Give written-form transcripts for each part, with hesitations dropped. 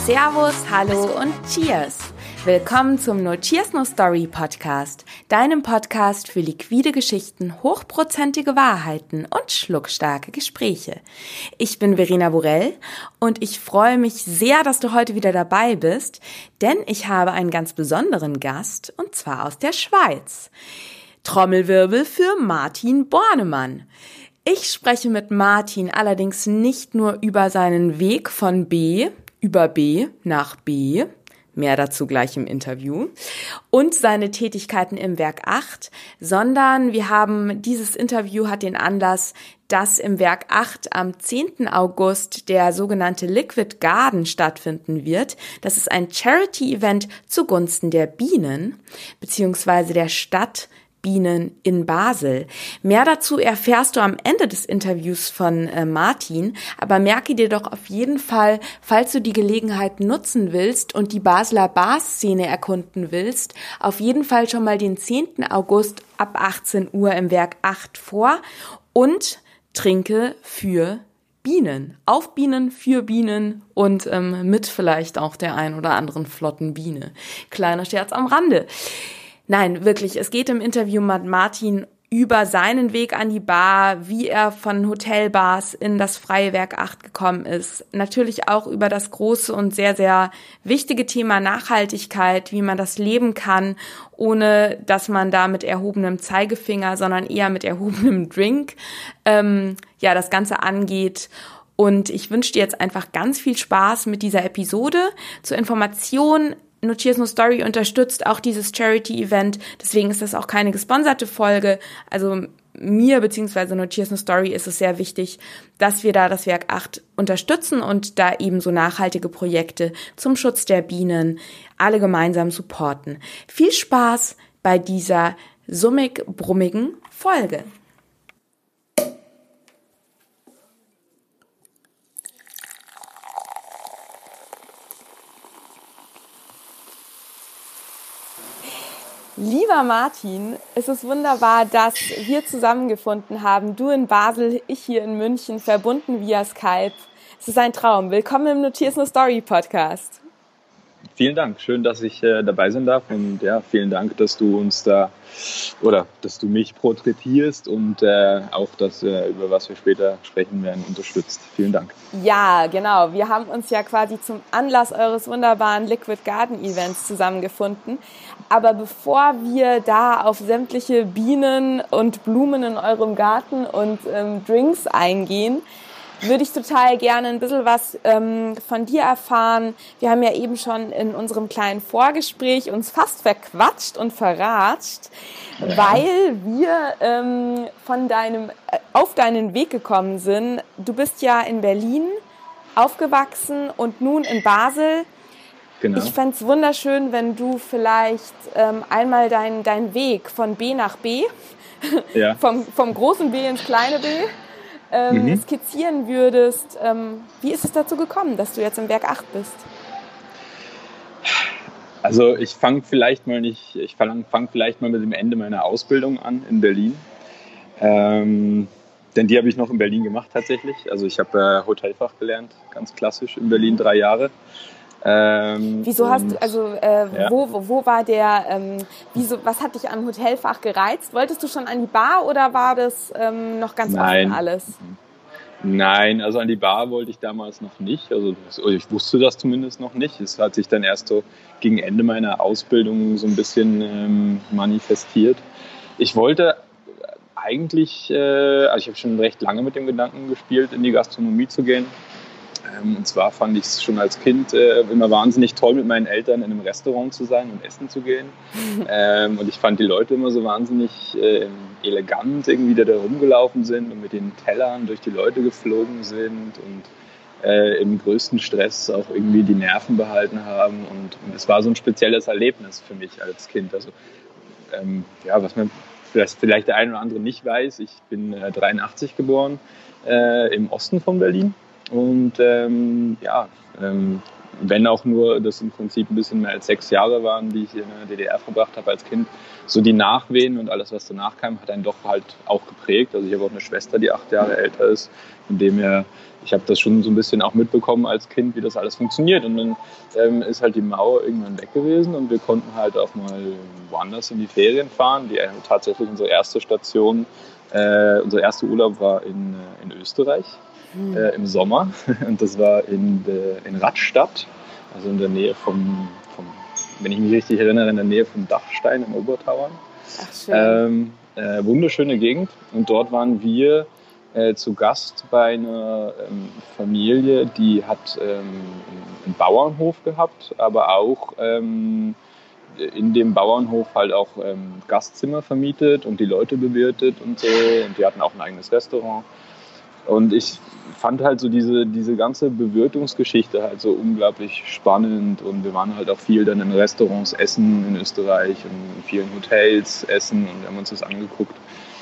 Servus, hallo und Cheers! Willkommen zum No Cheers No Story Podcast, deinem Podcast für liquide Geschichten, hochprozentige Wahrheiten und schluckstarke Gespräche. Ich bin Verena Borell und ich freue mich sehr, dass du heute wieder dabei bist, denn ich habe einen ganz besonderen Gast und zwar aus der Schweiz. Trommelwirbel für Martin Bornemann. Ich spreche mit Martin allerdings nicht nur über seinen Weg von B über B nach B, mehr dazu gleich im Interview, und seine Tätigkeiten im Werk 8, sondern dieses Interview hat den Anlass, dass im Werk 8 am 10. August der sogenannte Liquid Garden stattfinden wird. Das ist ein Charity-Event zugunsten der Bienen, beziehungsweise der Stadt Bienen in Basel. Mehr dazu erfährst du am Ende des Interviews von Martin, aber merke dir doch auf jeden Fall, falls du die Gelegenheit nutzen willst und die Basler Bar-Szene erkunden willst, auf jeden Fall schon mal den 10. August ab 18 Uhr im Werk 8 vor und trinke für Bienen, auf Bienen, für Bienen und mit vielleicht auch der ein oder anderen flotten Biene. Kleiner Scherz am Rande. Nein, wirklich, es geht im Interview mit Martin über seinen Weg an die Bar, wie er von Hotelbars in das freie Werk 8 gekommen ist. Natürlich auch über das große und sehr, sehr wichtige Thema Nachhaltigkeit, wie man das leben kann, ohne dass man da mit erhobenem Zeigefinger, sondern eher mit erhobenem Drink das Ganze angeht. Und ich wünsche dir jetzt einfach ganz viel Spaß mit dieser Episode. Zur Information: No Cheers No Story unterstützt auch dieses Charity-Event, deswegen ist das auch keine gesponserte Folge. Also mir bzw. No Cheers No Story ist es sehr wichtig, dass wir da das Werk 8 unterstützen und da eben so nachhaltige Projekte zum Schutz der Bienen alle gemeinsam supporten. Viel Spaß bei dieser summig-brummigen Folge. Lieber Martin, es ist wunderbar, dass wir zusammengefunden haben. Du in Basel, ich hier in München, verbunden via Skype. Es ist ein Traum. Willkommen im No Cheers No Story Podcast. Vielen Dank, schön, dass ich dabei sein darf und ja, vielen Dank, dass du dass du mich porträtierst und auch das, über was wir später sprechen werden, unterstützt. Vielen Dank. Ja, genau. Wir haben uns ja quasi zum Anlass eures wunderbaren Liquid Garden Events zusammengefunden. Aber bevor wir da auf sämtliche Bienen und Blumen in eurem Garten und Drinks eingehen, würde ich total gerne ein bisschen was von dir erfahren. Wir haben ja eben schon in unserem kleinen Vorgespräch uns fast verquatscht und verratscht, weil wir auf deinen Weg gekommen sind. Du bist ja in Berlin aufgewachsen und nun in Basel. Genau. Ich fände es wunderschön, wenn du vielleicht einmal deinen Weg von B nach B, vom großen B ins kleine B, skizzieren würdest. Wie ist es dazu gekommen, dass du jetzt im Werk 8 bist? Also ich fange vielleicht mal mit dem Ende meiner Ausbildung an in Berlin. Denn die habe ich noch in Berlin gemacht tatsächlich. Also ich habe Hotelfach gelernt, ganz klassisch in Berlin, 3 Jahre. Wo war was hat dich am Hotelfach gereizt? Wolltest du schon an die Bar oder war das noch ganz offen alles? Nein, also an die Bar wollte ich damals noch nicht. Also ich wusste das zumindest noch nicht. Es hat sich dann erst so gegen Ende meiner Ausbildung so ein bisschen manifestiert. Ich wollte eigentlich, ich habe schon recht lange mit dem Gedanken gespielt, in die Gastronomie zu gehen. Und zwar fand ich es schon als Kind immer wahnsinnig toll, mit meinen Eltern in einem Restaurant zu sein und essen zu gehen. Und ich fand die Leute immer so wahnsinnig elegant, irgendwie, die da rumgelaufen sind und mit den Tellern durch die Leute geflogen sind und im größten Stress auch irgendwie die Nerven behalten haben. Und es war so ein spezielles Erlebnis für mich als Kind. Also was man vielleicht der eine oder andere nicht weiß, ich bin 83 geboren, im Osten von Berlin. Und wenn auch nur das im Prinzip ein bisschen mehr als 6 Jahre waren, die ich in der DDR verbracht habe als Kind, so die Nachwehen und alles, was danach kam, hat einen doch halt auch geprägt. Also ich habe auch eine Schwester, die 8 Jahre älter ist, von dem her, ich habe das schon so ein bisschen auch mitbekommen als Kind, wie das alles funktioniert. Und dann ist halt die Mauer irgendwann weg gewesen und wir konnten halt auch mal woanders in die Ferien fahren. Tatsächlich unsere erste Station, unser erster Urlaub war in Österreich im Sommer. Und das war in Radstadt, also in der Nähe vom, wenn ich mich richtig erinnere, in der Nähe vom Dachstein im Obertauern. Ach, schön. Wunderschöne Gegend. Und dort waren wir zu Gast bei einer Familie, die hat einen Bauernhof gehabt, aber auch in dem Bauernhof halt auch Gastzimmer vermietet und die Leute bewirtet und so. Und die hatten auch ein eigenes Restaurant. Und ich fand halt so diese ganze Bewirtungsgeschichte halt so unglaublich spannend. Und wir waren halt auch viel dann in Restaurants essen in Österreich und in vielen Hotels essen und wir haben uns das angeguckt.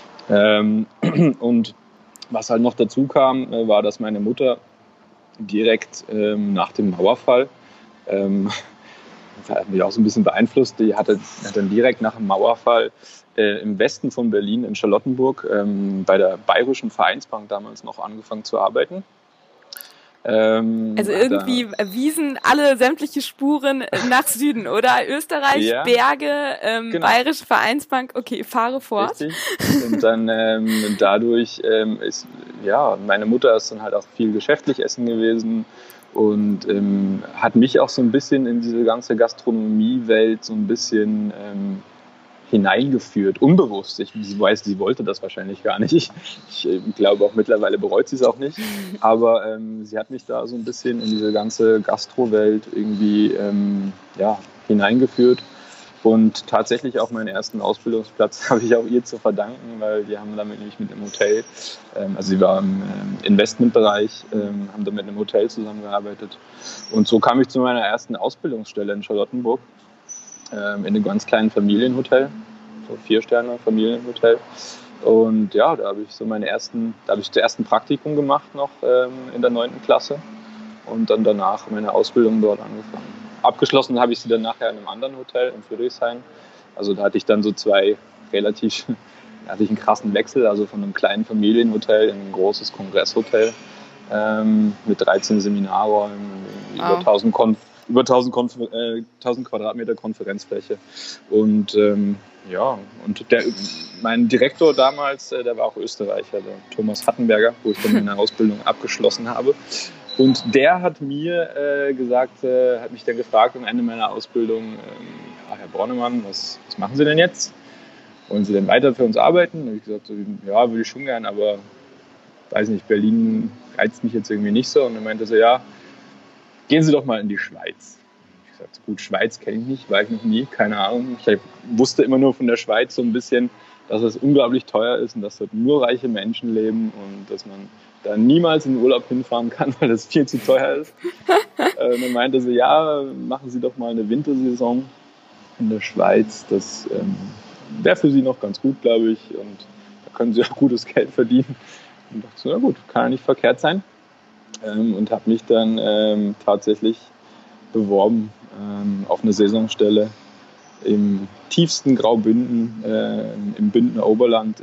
Und was halt noch dazu kam, war, dass meine Mutter direkt nach dem Mauerfall, das hat mich auch so ein bisschen beeinflusst, die hat dann direkt nach dem Mauerfall im Westen von Berlin in Charlottenburg bei der Bayerischen Vereinsbank damals noch angefangen zu arbeiten. Also irgendwie wiesen alle sämtliche Spuren nach Süden, oder? Österreich, ja. Berge, genau. Bayerische Vereinsbank, okay, fahre fort. Richtig. Und dann dadurch ist, ja, meine Mutter ist dann halt auch viel geschäftlich essen gewesen und hat mich auch so ein bisschen in diese ganze Gastronomiewelt so ein bisschen hineingeführt, unbewusst. Sie weiß, sie wollte das wahrscheinlich gar nicht. Ich glaube auch mittlerweile bereut sie es auch nicht. Aber sie hat mich da so ein bisschen in diese ganze Gastrowelt irgendwie hineingeführt. Und tatsächlich auch meinen ersten Ausbildungsplatz habe ich auch ihr zu verdanken, weil die haben damit nämlich mit einem Hotel, also sie war im Investmentbereich, haben da mit einem Hotel zusammengearbeitet. Und so kam ich zu meiner ersten Ausbildungsstelle in Charlottenburg. In einem ganz kleinen Familienhotel, so 4-Sterne-Familienhotel. Und ja, da habe ich zuerst ein Praktikum gemacht noch in der 9. Klasse und dann danach meine Ausbildung dort angefangen. Abgeschlossen habe ich sie dann nachher in einem anderen Hotel in Friedrichshain. Also da hatte ich dann so hatte ich einen krassen Wechsel, also von einem kleinen Familienhotel in ein großes Kongresshotel mit 13 Seminarräumen, über 1000 Quadratmeter Konferenzfläche. Und mein Direktor damals, der war auch Österreicher, der Thomas Hattenberger, wo ich dann meine Ausbildung abgeschlossen habe. Und der hat mir hat mich dann gefragt am Ende meiner Ausbildung, Herr Bornemann, was machen Sie denn jetzt? Wollen Sie denn weiter für uns arbeiten? Und ich gesagt, so, ja, würde ich schon gern, aber weiß nicht, Berlin reizt mich jetzt irgendwie nicht so. Und er meinte so, ja, gehen Sie doch mal in die Schweiz. Ich sagte, gut, Schweiz kenne ich nicht, war ich noch nie, keine Ahnung. Ich wusste immer nur von der Schweiz so ein bisschen, dass es unglaublich teuer ist und dass dort nur reiche Menschen leben und dass man da niemals in den Urlaub hinfahren kann, weil das viel zu teuer ist. Und dann meinte sie, ja, machen Sie doch mal eine Wintersaison in der Schweiz. Das wäre für Sie noch ganz gut, glaube ich. Und da können Sie auch gutes Geld verdienen. Und dachte so, na gut, kann ja nicht verkehrt sein. Und habe mich dann tatsächlich beworben auf eine Saisonstelle im tiefsten Graubünden, im Bündner Oberland.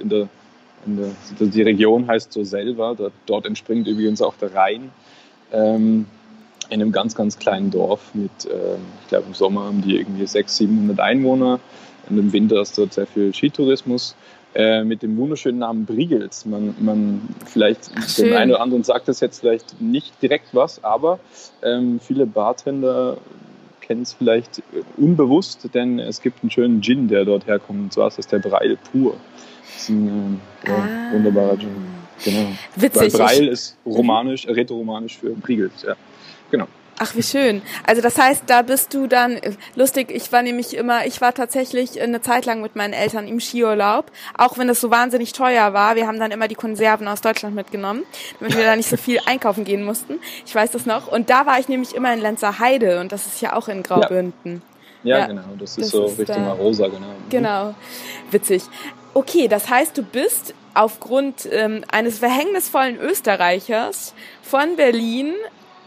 Die Region heißt so Selva, dort entspringt übrigens auch der Rhein. In einem ganz, ganz kleinen Dorf mit, ich glaube im Sommer haben die irgendwie 600-700 Einwohner. Und im Winter ist dort sehr viel Skitourismus. Mit dem wunderschönen Namen Briegels. Man vielleicht dem einen oder anderen sagt das jetzt vielleicht nicht direkt was, aber viele Bartender kennen es vielleicht unbewusst, denn es gibt einen schönen Gin, der dort herkommt. Und zwar ist das der Breil pur. Das ist ein wunderbarer Gin. Genau. Witzig. Weil Breil ist rätoromanisch für Briegels. Ja. Genau. Ach, wie schön. Also das heißt, da bist du dann, lustig, ich war tatsächlich eine Zeit lang mit meinen Eltern im Skiurlaub, auch wenn das so wahnsinnig teuer war. Wir haben dann immer die Konserven aus Deutschland mitgenommen, damit wir da nicht so viel einkaufen gehen mussten. Ich weiß das noch. Und da war ich nämlich immer in Lenzerheide und das ist ja auch in Graubünden. Ja, genau. Das ist so Richtung Arosa, genau. Genau. Witzig. Okay, das heißt, du bist aufgrund eines verhängnisvollen Österreichers von Berlin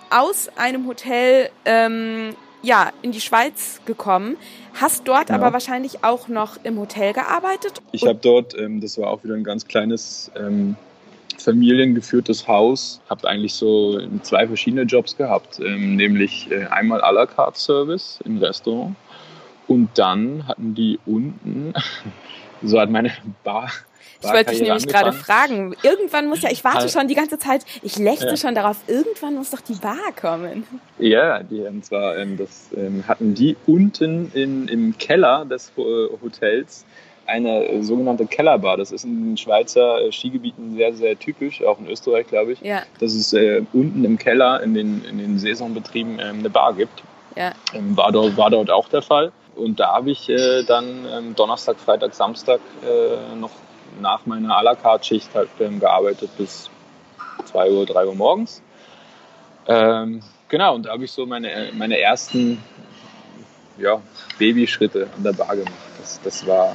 aus einem Hotel in die Schweiz gekommen, hast dort aber wahrscheinlich auch noch im Hotel gearbeitet? Ich habe dort, das war auch wieder ein ganz kleines familiengeführtes Haus, habe eigentlich so 2 verschiedene Jobs gehabt, nämlich einmal à la carte Service im Restaurant und dann hatten die unten, so hat meine Bar. Ich wollte dich nämlich gerade fragen, irgendwann muss ich warte schon die ganze Zeit, ich lechze schon darauf, irgendwann muss doch die Bar kommen. Ja, hatten die unten im Keller des Hotels eine sogenannte Kellerbar. Das ist in den Schweizer Skigebieten sehr, sehr typisch, auch in Österreich, glaube ich, dass es unten im Keller in den Saisonbetrieben eine Bar gibt. Ja. War dort auch der Fall. Und da habe ich dann Donnerstag, Freitag, Samstag noch nach meiner à la carte Schicht halt gearbeitet bis 2 Uhr, 3 Uhr morgens. Genau, und da habe ich so meine ersten Babyschritte an der Bar gemacht. Das war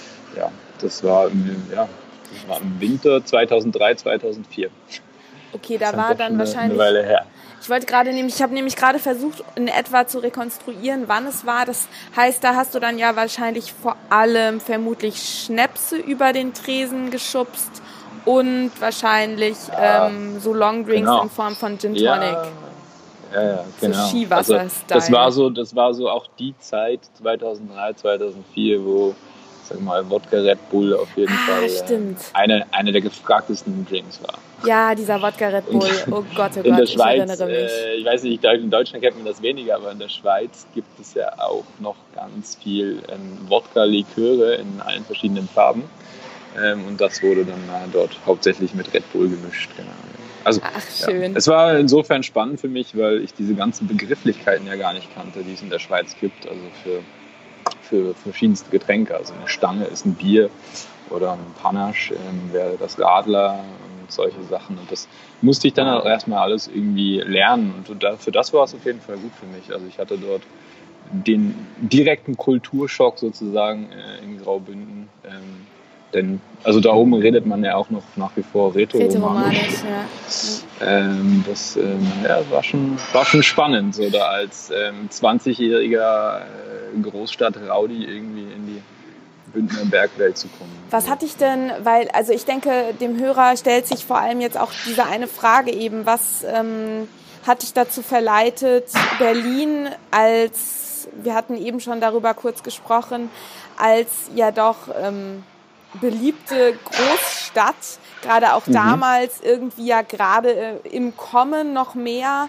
im Winter 2003, 2004. Okay, da war dann wahrscheinlich... Eine Weile her. Ich habe nämlich gerade versucht, in etwa zu rekonstruieren, wann es war. Das heißt, da hast du dann ja wahrscheinlich vor allem vermutlich Schnäpse über den Tresen geschubst und wahrscheinlich so Longdrinks in Form von Gin Tonic. Ja, genau. So Skiwasser-Style. Das war so auch die Zeit 2003, 2004, wo, sag mal, Wodka Red Bull auf jeden Fall eine der gefragtesten Drinks war. Ja, dieser Wodka Red Bull. Oh Gott, in der Schweiz, ich erinnere mich. Ich weiß nicht, in Deutschland kennt man das weniger, aber in der Schweiz gibt es ja auch noch ganz viel Wodka-Liköre in allen verschiedenen Farben. Und das wurde dann dort hauptsächlich mit Red Bull gemischt. Genau. Also, schön. Es war insofern spannend für mich, weil ich diese ganzen Begrifflichkeiten ja gar nicht kannte, die es in der Schweiz gibt. Also für verschiedenste Getränke. Also eine Stange ist ein Bier oder ein Panache wäre das Radler und solche Sachen. Und das musste ich dann auch erstmal alles irgendwie lernen. Und für das war es auf jeden Fall gut für mich. Also ich hatte dort den direkten Kulturschock sozusagen in Graubünden. Denn also da oben redet man ja auch noch nach wie vor Rätoromanisch. Das war schon spannend, so da als 20-jähriger Großstadt-Rowdy irgendwie in die Bündner Bergwelt zu kommen. Was hatte ich denn, also ich denke, dem Hörer stellt sich vor allem jetzt auch diese eine Frage eben, was hat dich dazu verleitet, Berlin wir hatten eben schon darüber kurz gesprochen, als ja doch beliebte Großstadt, gerade auch damals irgendwie ja gerade im Kommen noch mehr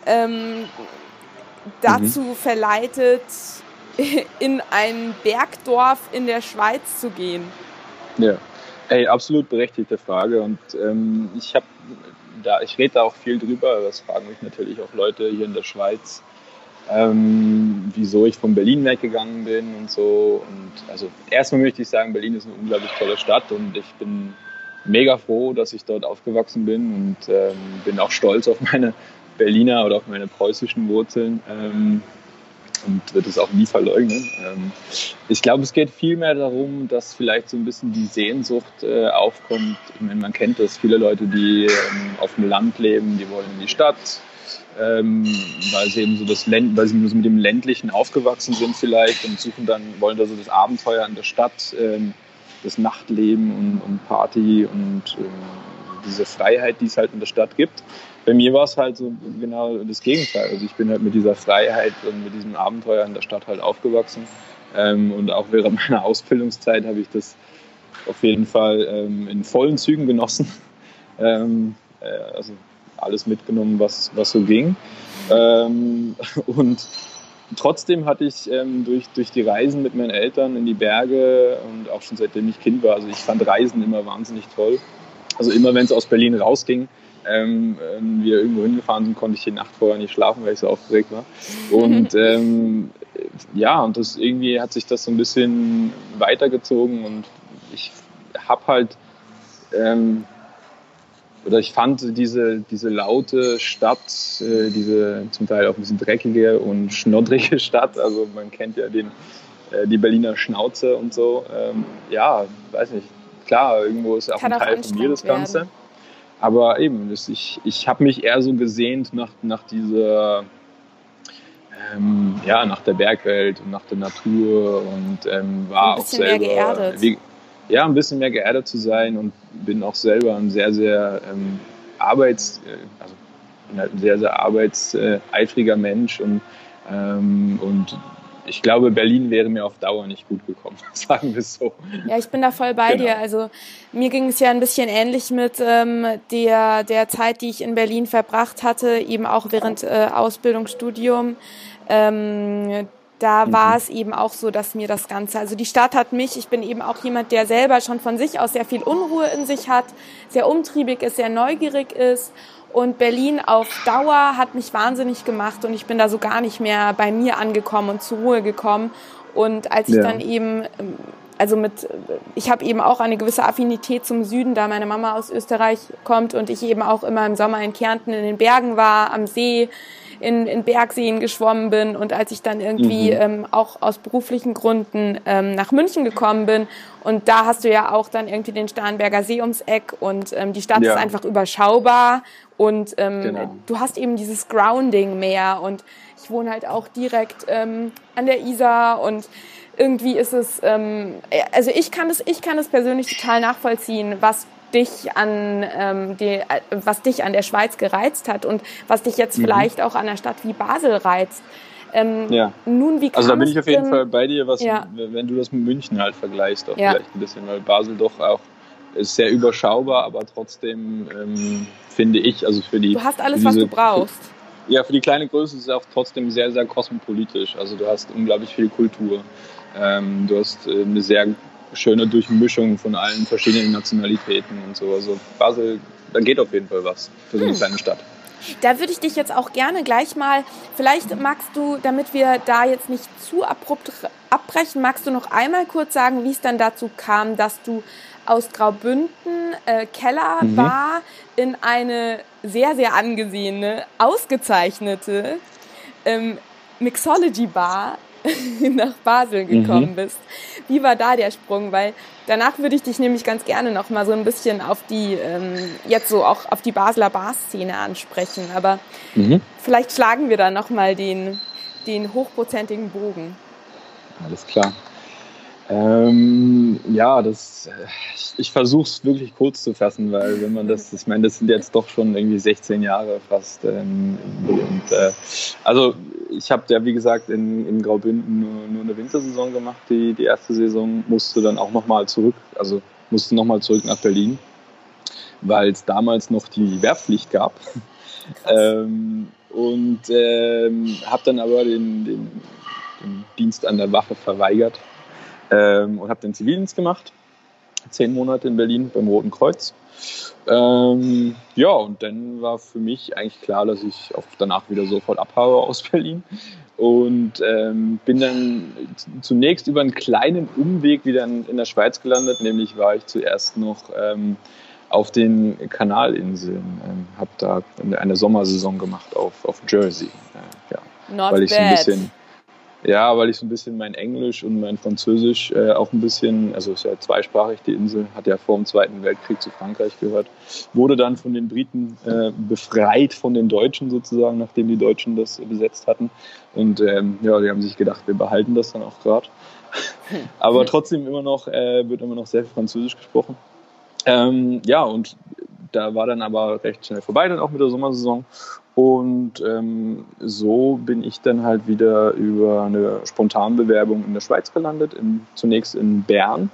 dazu verleitet, in ein Bergdorf in der Schweiz zu gehen? Ja, absolut berechtigte Frage und ich rede da auch viel drüber, das fragen mich natürlich auch Leute hier in der Schweiz, wieso ich von Berlin weggegangen bin und so. Und also erstmal möchte ich sagen, Berlin ist eine unglaublich tolle Stadt und ich bin mega froh, dass ich dort aufgewachsen bin und bin auch stolz auf meine Berliner oder auf meine preußischen Wurzeln und wird es auch nie verleugnen. Ich glaube, es geht vielmehr darum, dass vielleicht so ein bisschen die Sehnsucht aufkommt. Ich meine, man kennt das, viele Leute, die auf dem Land leben, die wollen in die Stadt, weil sie eben weil sie nur so mit dem Ländlichen aufgewachsen sind vielleicht und wollen da so das Abenteuer in der Stadt, das Nachtleben und Party und diese Freiheit, die es halt in der Stadt gibt. Bei mir war es halt so genau das Gegenteil. Also ich bin halt mit dieser Freiheit und mit diesem Abenteuer in der Stadt halt aufgewachsen. Und auch während meiner Ausbildungszeit habe ich das auf jeden Fall in vollen Zügen genossen. Also alles mitgenommen, was so ging. Und trotzdem hatte ich durch die Reisen mit meinen Eltern in die Berge und auch schon seitdem ich Kind war, also ich fand Reisen immer wahnsinnig toll. Also immer wenn es aus Berlin rausging, wir irgendwo hingefahren sind, konnte ich die Nacht vorher nicht schlafen, weil ich so aufgeregt war. Und und das irgendwie hat sich das so ein bisschen weitergezogen und ich habe halt ich fand diese laute Stadt, diese zum Teil auch ein bisschen dreckige und schnoddrige Stadt, also man kennt ja die Berliner Schnauze und so, weiß nicht, klar, irgendwo ist auch ein Teil von mir das Ganze. Aber eben, ich habe mich eher so gesehnt nach dieser, nach der Bergwelt und nach der Natur und war auch selber, ein bisschen mehr geerdet zu sein und bin auch selber ein sehr, sehr ein sehr, sehr arbeitseifriger Mensch und ich glaube, Berlin wäre mir auf Dauer nicht gut gekommen, sagen wir es so. Ja, ich bin da voll bei dir. Also mir ging es ja ein bisschen ähnlich mit der Zeit, die ich in Berlin verbracht hatte, eben auch während Ausbildung, Studium. Da war es eben auch so, dass mir das Ganze, also die Stadt hat mich, ich bin eben auch jemand, der selber schon von sich aus sehr viel Unruhe in sich hat, sehr umtriebig ist, sehr neugierig ist. Und Berlin auf Dauer hat mich wahnsinnig gemacht und ich bin da so gar nicht mehr bei mir angekommen und zur Ruhe gekommen. Und als ich dann eben, ich habe eben auch eine gewisse Affinität zum Süden, da meine Mama aus Österreich kommt und ich eben auch immer im Sommer in Kärnten in den Bergen war, am See, in Bergseen geschwommen bin und als ich dann irgendwie auch aus beruflichen Gründen nach München gekommen bin und da hast du ja auch dann irgendwie den Starnberger See ums Eck und die Stadt ist einfach überschaubar und du hast eben dieses Grounding mehr und ich wohne halt auch direkt an der Isar und irgendwie ist es, also ich kann es persönlich total nachvollziehen, was dich an der Schweiz gereizt hat und was dich jetzt vielleicht auch an einer Stadt wie Basel reizt. Nun, wie also da bin ich auf jeden Fall bei dir, wenn du das mit München halt vergleichst, auch vielleicht ein bisschen, weil Basel doch auch ist sehr überschaubar, aber trotzdem finde ich, also für die... Du hast alles, was du brauchst. Für die kleine Größe ist es auch trotzdem sehr, sehr kosmopolitisch. Also du hast unglaublich viel Kultur. Du hast eine sehr schöne Durchmischung von allen verschiedenen Nationalitäten und so. Also Basel, da geht auf jeden Fall was für so eine kleine Stadt. Da würde ich dich jetzt auch gerne gleich mal, vielleicht magst du, damit wir da jetzt nicht zu abrupt abbrechen, magst du noch einmal kurz sagen, wie es dann dazu kam, dass du aus Graubünden Kellerbar in eine sehr, sehr angesehene, ausgezeichnete Mixology Bar nach Basel gekommen bist. Wie war da der Sprung? Weil danach würde ich dich nämlich ganz gerne noch mal so ein bisschen auf die, jetzt so auch auf die Basler Bar-Szene ansprechen. Aber vielleicht schlagen wir da noch mal den hochprozentigen Bogen. Alles klar. Ich versuche es wirklich kurz zu fassen, weil wenn man das sind jetzt doch schon irgendwie 16 Jahre fast. Also ich habe ja wie gesagt in Graubünden nur eine Wintersaison gemacht, die erste Saison, musste dann auch nochmal zurück nach Berlin, weil es damals noch die Wehrpflicht gab. Habe dann aber den Dienst an der Wache verweigert. Und habe den Zivildienst gemacht, 10 Monate in Berlin beim Roten Kreuz. Und dann war für mich eigentlich klar, dass ich auch danach wieder sofort abhaue aus Berlin und bin dann zunächst über einen kleinen Umweg wieder in der Schweiz gelandet, nämlich war ich zuerst noch auf den Kanalinseln, habe da eine Sommersaison gemacht auf Jersey. Weil ich so ein bisschen mein Englisch und mein Französisch auch ein bisschen, also ist ja zweisprachig, die Insel, hat ja vor dem Zweiten Weltkrieg zu Frankreich gehört, wurde dann von den Briten befreit von den Deutschen sozusagen, nachdem die Deutschen das besetzt hatten. Und die haben sich gedacht, wir behalten das dann auch gerade. Aber trotzdem wird immer noch sehr viel Französisch gesprochen. Und da war dann aber recht schnell vorbei, dann auch mit der Sommersaison. Und so bin ich dann halt wieder über eine Spontanbewerbung in der Schweiz gelandet, zunächst in Bern.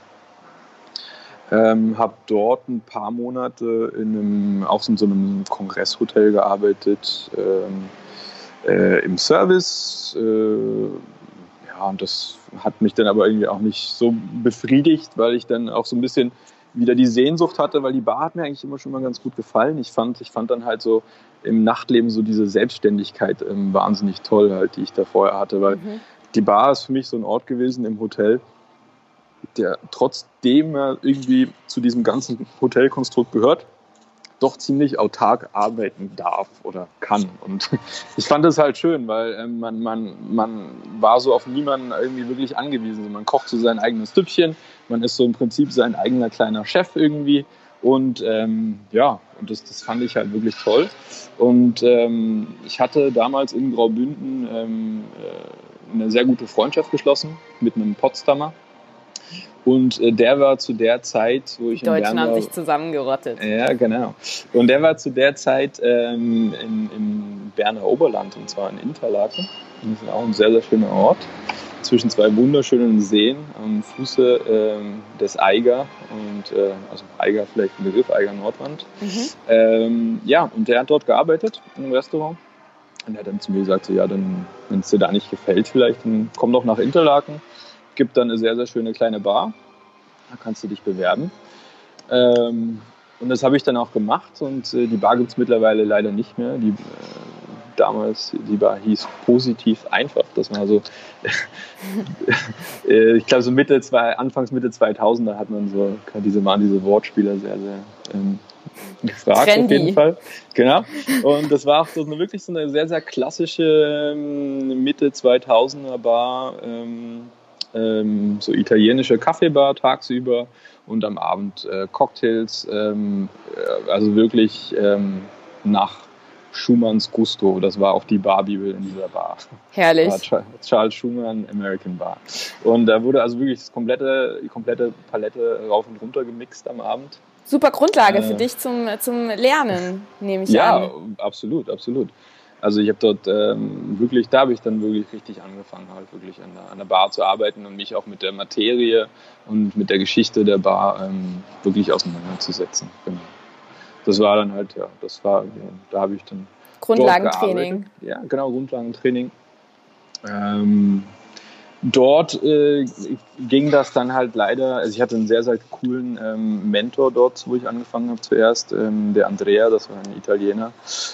Habe dort ein paar Monate auch in so einem Kongresshotel gearbeitet, im Service. Und das hat mich dann aber irgendwie auch nicht so befriedigt, weil ich dann auch so ein bisschen wieder die Sehnsucht hatte, weil die Bar hat mir eigentlich immer schon mal ganz gut gefallen. Ich fand dann halt so im Nachtleben so diese Selbstständigkeit wahnsinnig toll, halt, die ich da vorher hatte, weil die Bar ist für mich so ein Ort gewesen im Hotel, der trotzdem irgendwie zu diesem ganzen Hotelkonstrukt gehört, doch ziemlich autark arbeiten darf oder kann. Und ich fand das halt schön, weil man war so auf niemanden irgendwie wirklich angewiesen. Man kocht so sein eigenes Süppchen, man ist so im Prinzip sein eigener kleiner Chef irgendwie Und und das fand ich halt wirklich toll. Und ich hatte damals in Graubünden eine sehr gute Freundschaft geschlossen mit einem Potsdamer. Und der war zu der Zeit, wo ich in Bern war... Die Deutschen haben sich zusammengerottet. Ja, genau. Und der war zu der Zeit im Berner Oberland, und zwar in Interlaken. Das ist auch ein sehr, sehr schöner Ort. Zwischen zwei wunderschönen Seen am Fuße des Eiger. Also Eiger vielleicht ein Begriff, Eiger Nordwand. Und der hat dort gearbeitet im Restaurant. Und er hat dann zu mir gesagt, so, ja, dann, wenn es dir da nicht gefällt vielleicht, dann komm doch nach Interlaken. Gibt dann eine sehr, sehr schöne kleine Bar. Da kannst du dich bewerben. Und das habe ich dann auch gemacht. Und die Bar gibt es mittlerweile leider nicht mehr. Die Bar hieß Positiv Einfach. Das war so, ich glaube, so Anfangs Mitte 2000er hat man so diese Wortspieler sehr, sehr gefragt. Trendy. Auf jeden Fall. Genau. Und das war auch wirklich so eine sehr, sehr klassische Mitte 2000er Bar. So italienische Kaffeebar tagsüber und am Abend Cocktails. Also wirklich nach Schumanns Gusto. Das war auch die Barbibel in dieser Bar. Herrlich. Charles Schumann, American Bar. Und da wurde also wirklich die komplette Palette rauf und runter gemixt am Abend. Super Grundlage für dich zum Lernen, nehme ich an. Ja, absolut, absolut. Also ich habe dort da habe ich dann wirklich richtig angefangen, halt wirklich an der Bar zu arbeiten und mich auch mit der Materie und mit der Geschichte der Bar wirklich auseinanderzusetzen. Genau. Das war dann halt, da habe ich dann Grundlagentraining. Ja, genau, Grundlagentraining. Dort ging das dann halt leider, also ich hatte einen sehr, sehr coolen Mentor dort, wo ich angefangen habe zuerst, der Andrea, das war ein Italiener.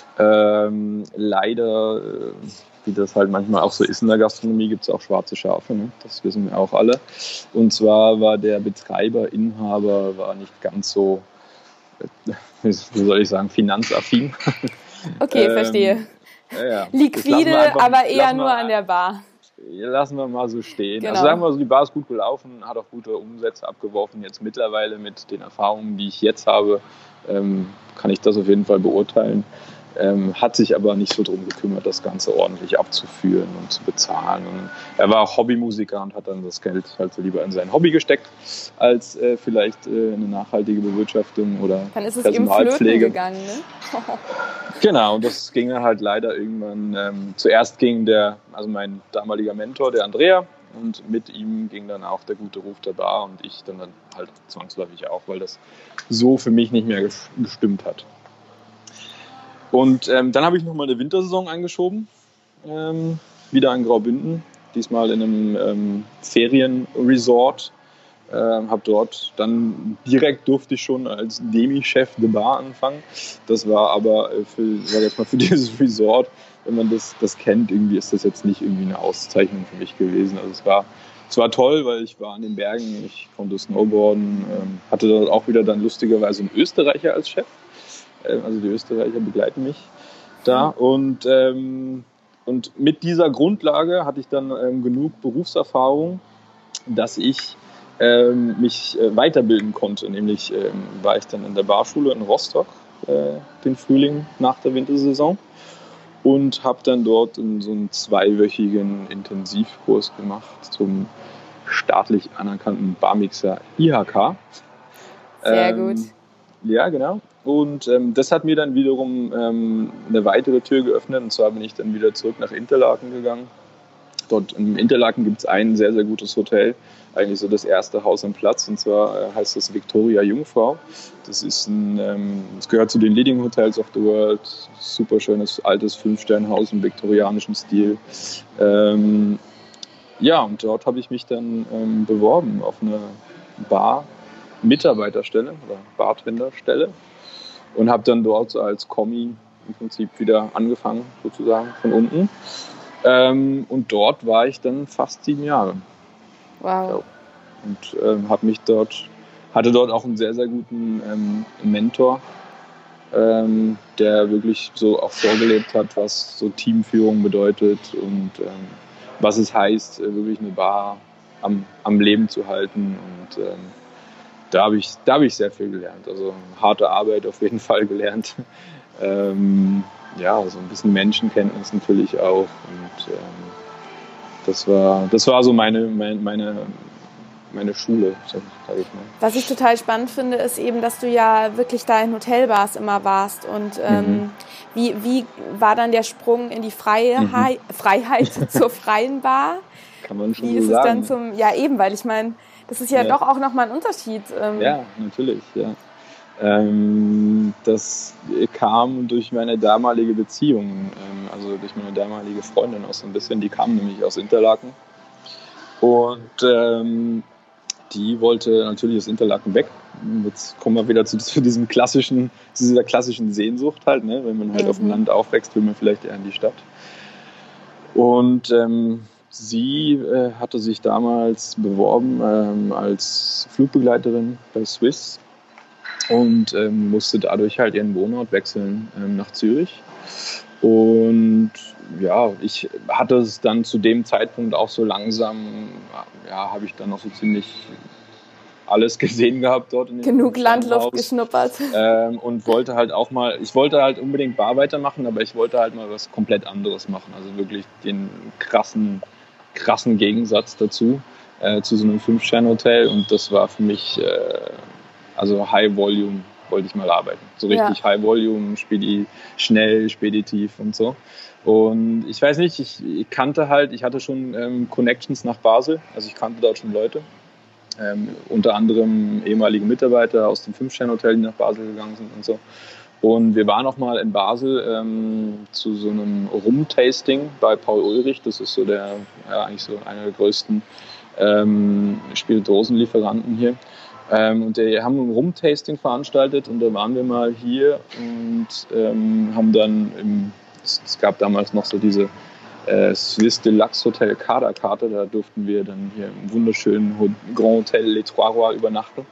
Leider, wie das halt manchmal auch so ist in der Gastronomie, gibt es auch schwarze Schafe, ne? Das wissen wir auch alle. Und zwar war der Betreiber, Inhaber, war nicht ganz so, wie soll ich sagen, finanzaffin. Okay, verstehe. Ja. Liquide, aber eher nur an der Bar. Lassen wir mal so stehen. Genau. Also sagen wir so, die Bar ist gut gelaufen, hat auch gute Umsätze abgeworfen. Jetzt mittlerweile mit den Erfahrungen, die ich jetzt habe, kann ich das auf jeden Fall beurteilen. Hat sich aber nicht so darum gekümmert, das Ganze ordentlich abzuführen und zu bezahlen. Und er war auch Hobbymusiker und hat dann das Geld halt so lieber in sein Hobby gesteckt, als vielleicht eine nachhaltige Bewirtschaftung oder dann ist es Personalpflege. Eben flöten gegangen, ne? Genau, und das ging dann halt leider irgendwann. Zuerst ging mein damaliger Mentor, der Andrea, und mit ihm ging dann auch der gute Ruf der Bar und ich dann halt zwangsläufig auch, weil das so für mich nicht mehr gestimmt hat. Und dann habe ich nochmal eine Wintersaison eingeschoben, wieder in Graubünden, diesmal in einem Ferienresort. Habe dort dann durfte ich schon als Demi-Chef de Bar anfangen. Das war aber für dieses Resort, wenn man das kennt, irgendwie ist das jetzt nicht irgendwie eine Auszeichnung für mich gewesen. Also es war toll, weil ich war an den Bergen, ich konnte Snowboarden, hatte dort auch wieder dann lustigerweise einen Österreicher als Chef. Also die Österreicher begleiten mich da. Und mit dieser Grundlage hatte ich dann genug Berufserfahrung, dass ich mich weiterbilden konnte. Nämlich war ich dann in der Barschule in Rostock den Frühling nach der Wintersaison und habe dann dort so einen 2-wöchigen Intensivkurs gemacht zum staatlich anerkannten Barmixer IHK. Sehr gut. Ja, genau. Und das hat mir dann wiederum eine weitere Tür geöffnet. Und zwar bin ich dann wieder zurück nach Interlaken gegangen. Dort in Interlaken gibt es ein sehr, sehr gutes Hotel. Eigentlich so das erste Haus am Platz. Und zwar heißt das Victoria Jungfrau. Das gehört zu den Leading Hotels of the World. Super schönes, altes 5-Sterne-Haus im viktorianischen Stil. Und dort habe ich mich dann beworben auf eine Bar-Mitarbeiterstelle oder Bartenderstelle. Und habe dann dort als Kommi im Prinzip wieder angefangen, sozusagen von unten. Und dort war ich dann fast 7 Jahre. Wow. Und hatte dort auch einen sehr, sehr guten Mentor, der wirklich so auch vorgelebt hat, was so Teamführung bedeutet und was es heißt, wirklich eine Bar am Leben zu halten. Und da hab ich sehr viel gelernt. Also harte Arbeit auf jeden Fall gelernt. Ja, so ein bisschen Menschenkenntnis natürlich auch. Und das war so meine Schule, sag ich mal. Was ich total spannend finde, ist eben, dass du ja wirklich da in Hotelbars immer warst. Und wie war dann der Sprung in die Freiheit zur freien Bar? Kann man schon wie so ist sagen. Es dann ja eben, weil ich meine, das ist ja doch auch nochmal ein Unterschied. Ja, natürlich, ja. Das kam durch meine damalige Beziehung, also durch meine damalige Freundin auch so ein bisschen. Die kam nämlich aus Interlaken und die wollte natürlich aus Interlaken weg. Jetzt kommen wir wieder zu dieser klassischen Sehnsucht halt, ne? Wenn man halt auf dem Land aufwächst, will man vielleicht eher in die Stadt. Und sie hatte sich damals beworben als Flugbegleiterin bei Swiss und musste dadurch halt ihren Wohnort wechseln nach Zürich. Und ja, ich hatte es dann zu dem Zeitpunkt auch so langsam, ja, habe ich dann noch so ziemlich alles gesehen gehabt dort. Genug Landluft geschnuppert. Und wollte halt auch mal, ich wollte halt unbedingt Bar weitermachen, aber ich wollte halt mal was komplett anderes machen. Also wirklich den krassen Gegensatz dazu, zu so einem 5-Sterne-Hotel. Und das war für mich, also High Volume wollte ich mal arbeiten. So richtig High Volume, schnell, speditiv und so. Und ich weiß nicht, ich hatte schon Connections nach Basel, also ich kannte dort schon Leute. Unter anderem ehemalige Mitarbeiter aus dem 5-Sterne-Hotel, die nach Basel gegangen sind und so. Und wir waren auch mal in Basel zu so einem Rum-Tasting bei Paul Ulrich. Das ist so eigentlich so einer der größten Spirituosenlieferanten hier. Und die haben ein Rum-Tasting veranstaltet und da waren wir mal hier und haben dann es gab damals noch so diese Swiss Deluxe Hotel Kaderkarte, da durften wir dann hier im wunderschönen Grand Hotel Les Trois Rois übernachten.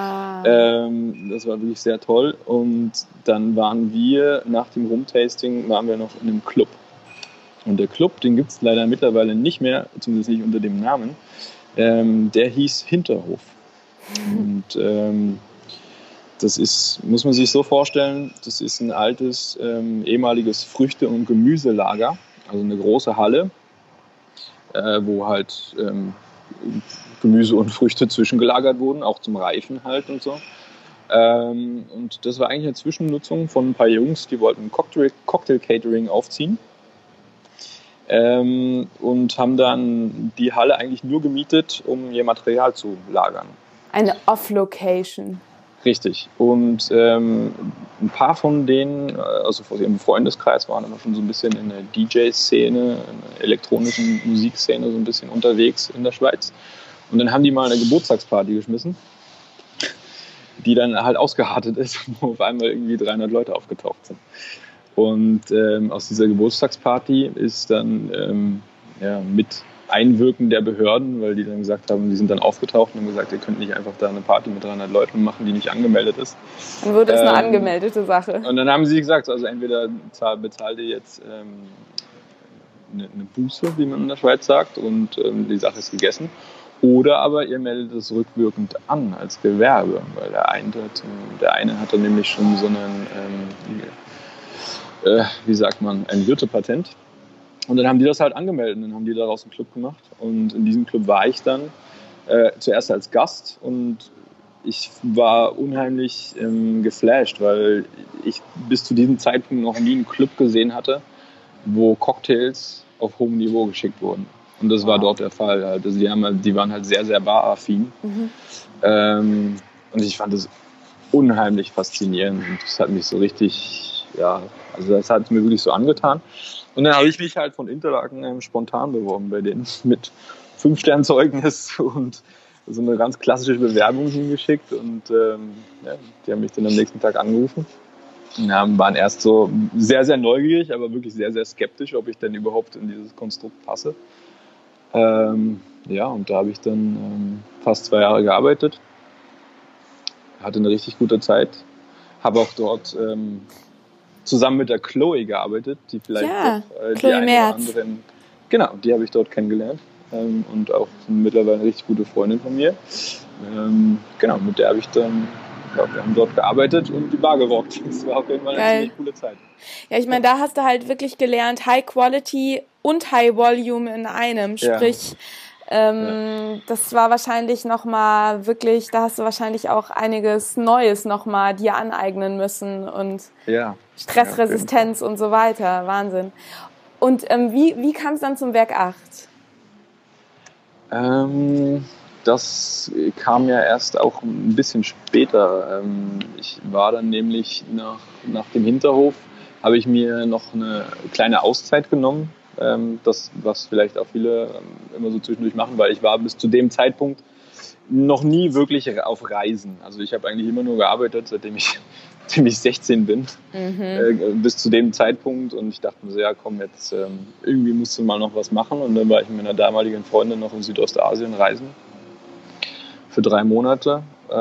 Das war wirklich sehr toll. Und dann waren wir nach dem Rum-Tasting noch in einem Club. Und der Club, den gibt es leider mittlerweile nicht mehr, zumindest nicht unter dem Namen. Der hieß Hinterhof. Und das ist, muss man sich so vorstellen, das ist ein altes ehemaliges Früchte- und Gemüselager. Also eine große Halle, wo halt Gemüse und Früchte zwischengelagert wurden, auch zum Reifen halt und so. Und das war eigentlich eine Zwischennutzung von ein paar Jungs, die wollten Cocktail-Catering aufziehen. Und haben dann die Halle eigentlich nur gemietet, um ihr Material zu lagern. Eine Off-Location. Richtig. Und ein paar von denen, also aus ihrem Freundeskreis, waren immer schon so ein bisschen in der DJ-Szene, in der elektronischen Musikszene so ein bisschen unterwegs in der Schweiz. Und dann haben die mal eine Geburtstagsparty geschmissen, die dann halt ausgeartet ist, wo auf einmal irgendwie 300 Leute aufgetaucht sind. Und aus dieser Geburtstagsparty ist dann mit Einwirken der Behörden, weil die dann gesagt haben, die sind dann aufgetaucht und haben gesagt, ihr könnt nicht einfach da eine Party mit 300 Leuten machen, die nicht angemeldet ist. Dann wurde es eine angemeldete Sache. Und dann haben sie gesagt, also entweder bezahlt ihr jetzt eine Buße, wie man in der Schweiz sagt, und die Sache ist gegessen. Oder aber ihr meldet es rückwirkend an als Gewerbe, weil der eine hatte nämlich schon so einen, ein Wirtepatent. Und dann haben die das halt angemeldet und dann haben die daraus einen Club gemacht. Und in diesem Club war ich dann zuerst als Gast und ich war unheimlich geflasht, weil ich bis zu diesem Zeitpunkt noch nie einen Club gesehen hatte, wo Cocktails auf hohem Niveau geschickt wurden. Und das war dort der Fall. Also die waren halt sehr, sehr baraffin. Und ich fand das unheimlich faszinierend. Und das hat mich so richtig, das hat mir wirklich so angetan. Und dann habe ich mich halt von Interlaken spontan beworben bei denen mit 5-Stern-Zeugnis und so eine ganz klassische Bewerbung hingeschickt. Und die haben mich dann am nächsten Tag angerufen. Und waren erst so sehr, sehr neugierig, aber wirklich sehr, sehr skeptisch, ob ich denn überhaupt in dieses Konstrukt passe. Und da habe ich dann fast 2 Jahre gearbeitet. Hatte eine richtig gute Zeit. Habe auch dort zusammen mit der Chloe gearbeitet, die vielleicht ja, die eine oder anderen, genau, die habe ich dort kennengelernt. und auch mittlerweile eine richtig gute Freundin von mir. Genau, mit der habe ich dann, ja, wir haben dort gearbeitet und die Bar gerockt. Das war auf jeden Fall eine ziemlich coole Zeit. Ja, ich meine, da hast du halt wirklich gelernt, High Quality und High Volume in einem. Sprich, das war wahrscheinlich nochmal wirklich, da hast du wahrscheinlich auch einiges Neues nochmal dir aneignen müssen und Stressresistenz und so weiter. Wahnsinn. Und wie kam es dann zum Werk 8? Das kam ja erst auch ein bisschen später. Ich war dann nämlich nach dem Hinterhof, habe ich mir noch eine kleine Auszeit genommen. Das, was vielleicht auch viele immer so zwischendurch machen, weil ich war bis zu dem Zeitpunkt noch nie wirklich auf Reisen. Also ich habe eigentlich immer nur gearbeitet, seitdem ich 16 bin, bis zu dem Zeitpunkt. Und ich dachte mir so, ja komm, jetzt irgendwie musst du mal noch was machen. Und dann war ich mit meiner damaligen Freundin noch in Südostasien reisen für 3 Monate.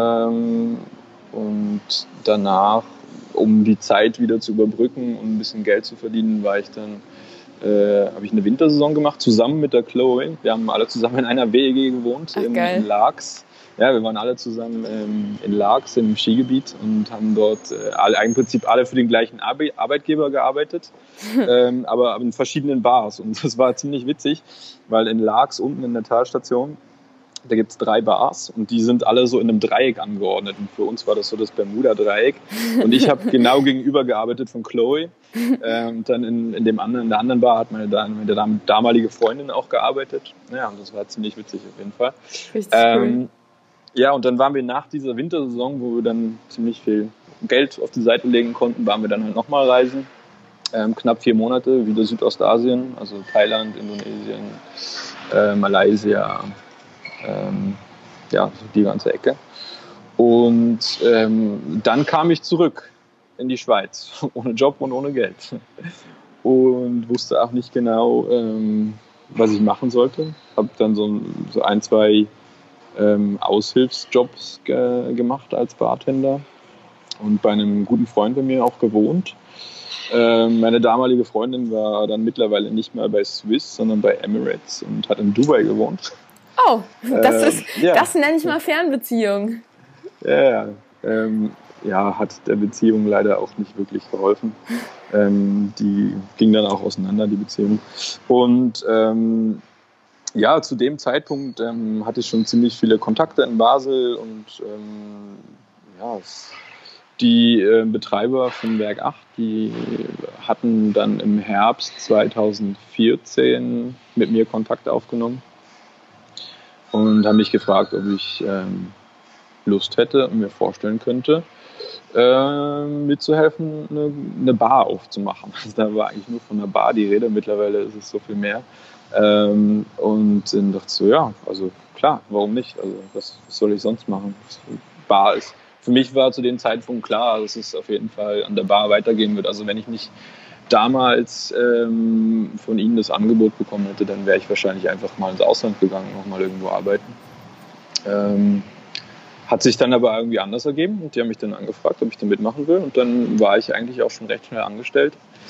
Und danach, um die Zeit wieder zu überbrücken und ein bisschen Geld zu verdienen, habe ich eine Wintersaison gemacht, zusammen mit der Chloe. Wir haben alle zusammen in einer WEG gewohnt, in Laax. Ja, wir waren alle zusammen in Laax, im Skigebiet, und haben dort im Prinzip alle für den gleichen Arbeitgeber gearbeitet, aber in verschiedenen Bars. Und das war ziemlich witzig, weil in Laax unten in der Talstation, da gibt es 3 Bars und die sind alle so in einem Dreieck angeordnet. Und für uns war das so das Bermuda-Dreieck. Und ich habe genau gegenüber gearbeitet von Chloe. Dann in der anderen Bar hat meine damalige Freundin auch gearbeitet. Ja, und das war ziemlich witzig auf jeden Fall. Richtig cool. Ja, und dann waren wir nach dieser Wintersaison, wo wir dann ziemlich viel Geld auf die Seite legen konnten, waren wir dann halt nochmal reisen. Knapp 4 Monate, wieder Südostasien, also Thailand, Indonesien, Malaysia, ja, die ganze Ecke. Und dann kam ich zurück in die Schweiz, ohne Job und ohne Geld. Und wusste auch nicht genau, was ich machen sollte. Habe dann so 1, 2 Aushilfsjobs gemacht als Bartender und bei einem guten Freund bei mir auch gewohnt. Meine damalige Freundin war dann mittlerweile nicht mehr bei Swiss, sondern bei Emirates und hat in Dubai gewohnt. Oh, das nenne ich mal Fernbeziehung. Ja, hat der Beziehung leider auch nicht wirklich geholfen. Die ging dann auch auseinander, die Beziehung. Und ja, zu dem Zeitpunkt hatte ich schon ziemlich viele Kontakte in Basel und die Betreiber von Werk 8, die hatten dann im Herbst 2014 mit mir Kontakt aufgenommen und haben mich gefragt, ob ich Lust hätte und mir vorstellen könnte, mitzuhelfen, eine Bar aufzumachen. Also da war eigentlich nur von einer Bar die Rede, mittlerweile ist es so viel mehr. Und dann dachte ich so, ja, also klar, warum nicht? Also was soll ich sonst machen? Bar ist. Für mich war zu dem Zeitpunkt klar, dass es auf jeden Fall an der Bar weitergehen wird. Also wenn ich nicht damals von ihnen das Angebot bekommen hätte, dann wäre ich wahrscheinlich einfach mal ins Ausland gegangen, nochmal irgendwo arbeiten. Hat sich dann aber irgendwie anders ergeben und die haben mich dann angefragt, ob ich da mitmachen will. Und dann war ich eigentlich auch schon recht schnell angestellt,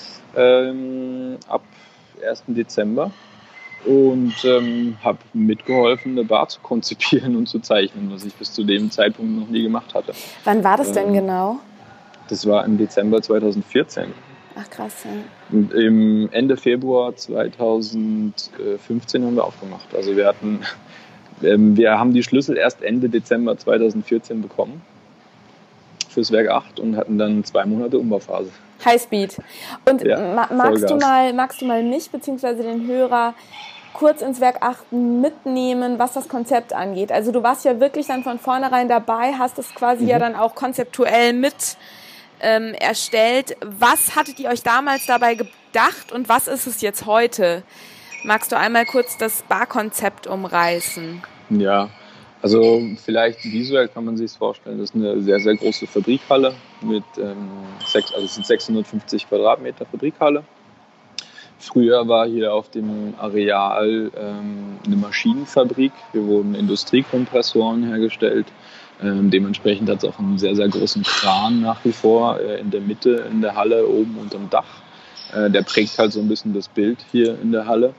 ab 1. Dezember. Und habe mitgeholfen, eine Bar zu konzipieren und zu zeichnen, was ich bis zu dem Zeitpunkt noch nie gemacht hatte. Wann war das denn genau? Das war im Dezember 2014. Ach krass, ja. Und im Ende Februar 2015 haben wir aufgemacht. Also wir haben die Schlüssel erst Ende Dezember 2014 bekommen fürs Werk 8 und hatten dann 2 Monate Umbauphase. Highspeed. Und ja, magst du mal mich bzw. den Hörer kurz ins Werk 8 mitnehmen, was das Konzept angeht? Also du warst ja wirklich dann von vornherein dabei, hast es quasi ja dann auch konzeptuell mit erstellt. Was hattet ihr euch damals dabei gedacht und was ist es jetzt heute? Magst du einmal kurz das Barkonzept umreißen? Ja, also vielleicht visuell kann man sich es vorstellen. Das ist eine sehr, sehr große Fabrikhalle mit es sind 650 Quadratmeter Fabrikhalle. Früher war hier auf dem Areal eine Maschinenfabrik. Hier wurden Industriekompressoren hergestellt. Dementsprechend hat es auch einen sehr, sehr großen Kran nach wie vor in der Mitte in der Halle, oben unterm Dach. Der prägt halt so ein bisschen das Bild hier in der Halle.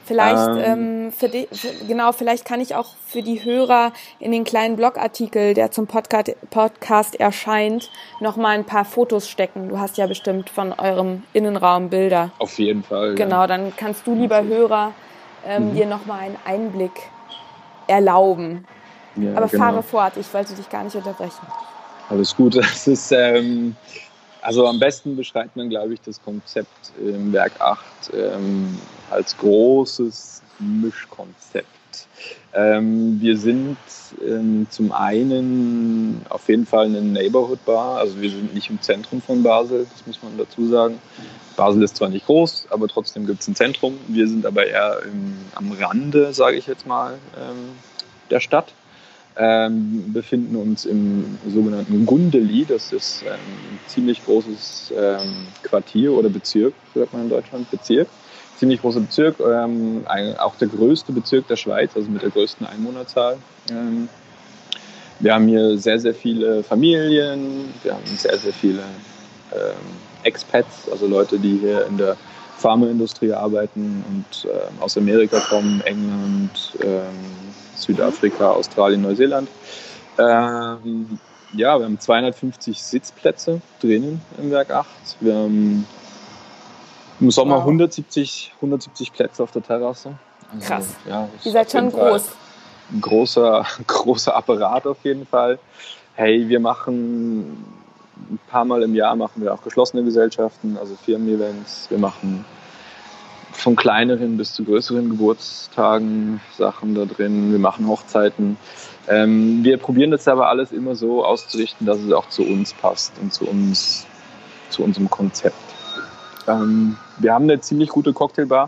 Vielleicht vielleicht kann ich auch für die Hörer in den kleinen Blogartikel, der zum Podcast erscheint, nochmal ein paar Fotos stecken. Du hast ja bestimmt von eurem Innenraum Bilder. Auf jeden Fall. Genau, dann kannst du, lieber Hörer, dir nochmal einen Einblick erlauben. Ja, aber genau. Fahre fort, ich wollte dich gar nicht unterbrechen. Alles gut. Das ist, also am besten beschreibt man, glaube ich, das Konzept im Werk 8 als großes Mischkonzept. Wir sind zum einen auf jeden Fall eine Neighborhood Bar, also wir sind nicht im Zentrum von Basel, das muss man dazu sagen. Basel ist zwar nicht groß, aber trotzdem gibt es ein Zentrum. Wir sind aber eher am Rande, sage ich jetzt mal, der Stadt. Befinden uns im sogenannten Gundeli, das ist ein ziemlich großes Quartier oder Bezirk, sagt man in Deutschland, Bezirk. Ziemlich großer Bezirk, auch der größte Bezirk der Schweiz, also mit der größten Einwohnerzahl. Wir haben hier sehr, sehr viele Familien, wir haben sehr, sehr viele Expats, also Leute, die hier in der Pharmaindustrie arbeiten und aus Amerika kommen, England, Südafrika, Australien, Neuseeland. Ja, wir haben 250 Sitzplätze drinnen im Werk 8. Wir haben im Sommer 170 Plätze auf der Terrasse. Also, krass. Ja, ihr seid schon groß. Ein großer Apparat auf jeden Fall. Hey, wir machen ein paar Mal im Jahr machen wir auch geschlossene Gesellschaften, also Firmen-Events. Wir machen von kleineren bis zu größeren Geburtstagen Sachen da drin. Wir machen Hochzeiten. Wir probieren das aber alles immer so auszurichten, dass es auch zu uns passt und zu unserem Konzept. Wir haben eine ziemlich gute Cocktailbar.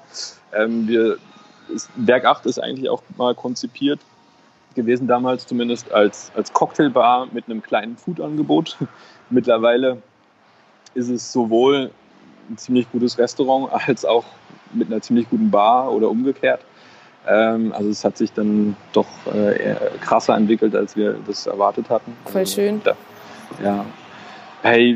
Werk 8 ist eigentlich auch mal konzipiert gewesen, damals zumindest als Cocktailbar mit einem kleinen Food-Angebot. Mittlerweile ist es sowohl ein ziemlich gutes Restaurant als auch mit einer ziemlich guten Bar oder umgekehrt. Also es hat sich dann doch eher krasser entwickelt, als wir das erwartet hatten. Voll schön. Ja. Hey,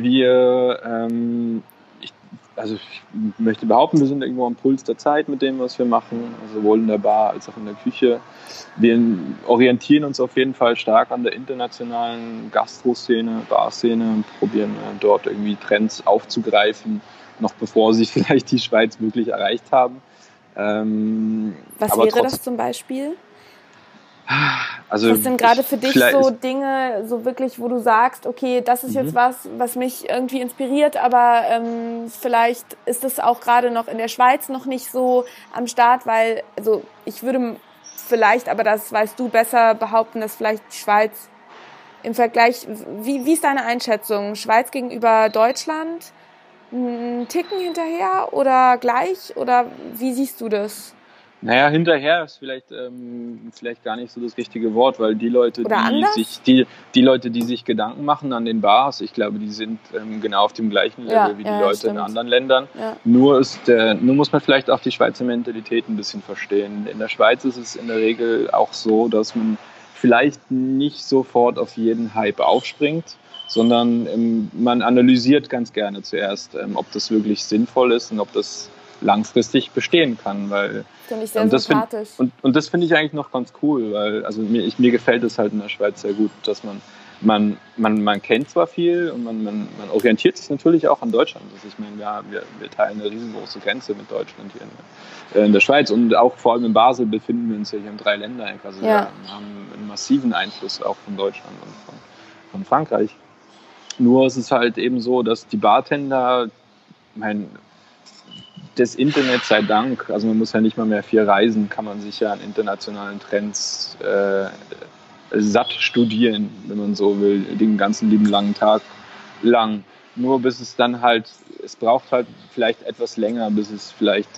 ich möchte behaupten, wir sind irgendwo am Puls der Zeit mit dem, was wir machen, sowohl in der Bar als auch in der Küche. Wir orientieren uns auf jeden Fall stark an der internationalen Gastro-Szene, Barszene und probieren dort irgendwie Trends aufzugreifen, noch bevor sie vielleicht die Schweiz wirklich erreicht haben. Was wäre das zum Beispiel? Also was sind gerade für dich so Dinge, so wirklich, wo du sagst, okay, das ist jetzt was mich irgendwie inspiriert, aber vielleicht ist es auch gerade noch in der Schweiz noch nicht so am Start, weil, also ich würde vielleicht, aber das weißt du besser, behaupten, dass vielleicht die Schweiz im Vergleich, wie ist deine Einschätzung? Schweiz gegenüber Deutschland? Ein Ticken hinterher oder gleich? Oder wie siehst du das? Naja, hinterher ist vielleicht gar nicht so das richtige Wort, weil die Leute, die Leute, die sich Gedanken machen an den Bars, ich glaube, die sind genau auf dem gleichen Level wie die Leute in anderen Ländern. Ja. Nur muss man vielleicht auch die Schweizer Mentalität ein bisschen verstehen. In der Schweiz ist es in der Regel auch so, dass man vielleicht nicht sofort auf jeden Hype aufspringt, sondern man analysiert ganz gerne zuerst, ob das wirklich sinnvoll ist und ob das langfristig bestehen kann, weil finde ich sehr sympathisch. Und das finde ich eigentlich noch ganz cool, weil also mir gefällt es halt in der Schweiz sehr gut, dass man kennt zwar viel und man orientiert sich natürlich auch an Deutschland. Also ich meine, wir teilen eine riesengroße Grenze mit Deutschland hier in der Schweiz und auch vor allem in Basel befinden wir uns ja hier im Dreiländereck. Also wir haben einen massiven Einfluss auch von Deutschland und von Frankreich. Nur ist es halt eben so, dass die Bartender, das Internet sei Dank, also man muss ja nicht mal mehr viel reisen, kann man sich ja an internationalen Trends satt studieren, wenn man so will, den ganzen lieben langen Tag lang. Nur bis es dann halt, es braucht halt vielleicht etwas länger, bis es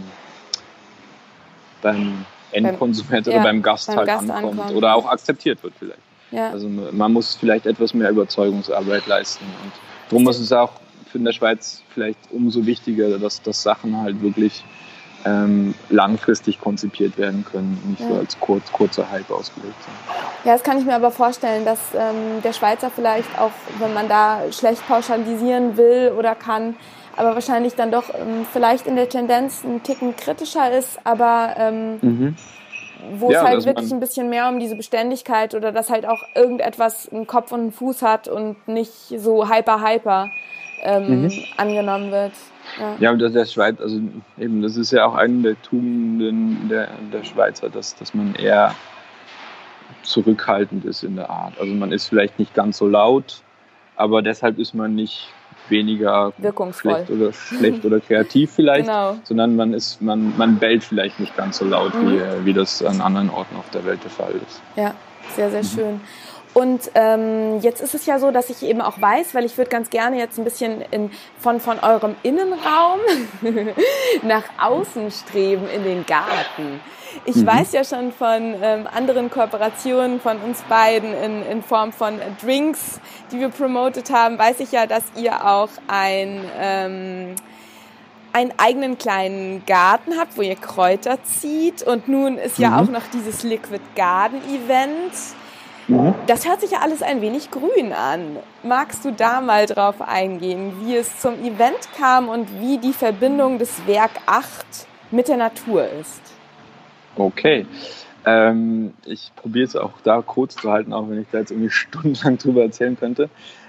beim Endkonsument oder beim Gast ankommt oder auch akzeptiert wird vielleicht. Ja. Also man muss vielleicht etwas mehr Überzeugungsarbeit leisten und darum ist es auch in der Schweiz vielleicht umso wichtiger, dass Sachen halt wirklich langfristig konzipiert werden können, nicht so als kurzer Hype ausgelegt sind. Ja, das kann ich mir aber vorstellen, dass der Schweizer vielleicht auch, wenn man da schlecht pauschalisieren will oder kann, aber wahrscheinlich dann doch vielleicht in der Tendenz ein Ticken kritischer ist, aber wo es halt wirklich ein bisschen mehr um diese Beständigkeit oder dass halt auch irgendetwas einen Kopf und einen Fuß hat und nicht so hyper angenommen wird. Ja, und der Schweiz, also eben, das ist ja auch eine der Tugenden der Schweizer, dass man eher zurückhaltend ist in der Art. Also man ist vielleicht nicht ganz so laut, aber deshalb ist man nicht weniger wirkungsvoll, schlecht oder kreativ vielleicht, sondern man bellt vielleicht nicht ganz so laut, wie das an anderen Orten auf der Welt der Fall ist. Ja, sehr, sehr schön. Und jetzt ist es ja so, dass ich eben auch weiß, weil ich würde ganz gerne jetzt ein bisschen von eurem Innenraum nach außen streben in den Garten. Ich weiß ja schon von anderen Kooperationen von uns beiden in Form von Drinks, die wir promotet haben, weiß ich ja, dass ihr auch einen eigenen kleinen Garten habt, wo ihr Kräuter zieht. Und nun ist ja auch noch dieses Liquid Garden Event. Das hört sich ja alles ein wenig grün an. Magst du da mal drauf eingehen, wie es zum Event kam und wie die Verbindung des Werk 8 mit der Natur ist? Okay. Ich probiere es auch da kurz zu halten, auch wenn ich da jetzt irgendwie stundenlang drüber erzählen könnte.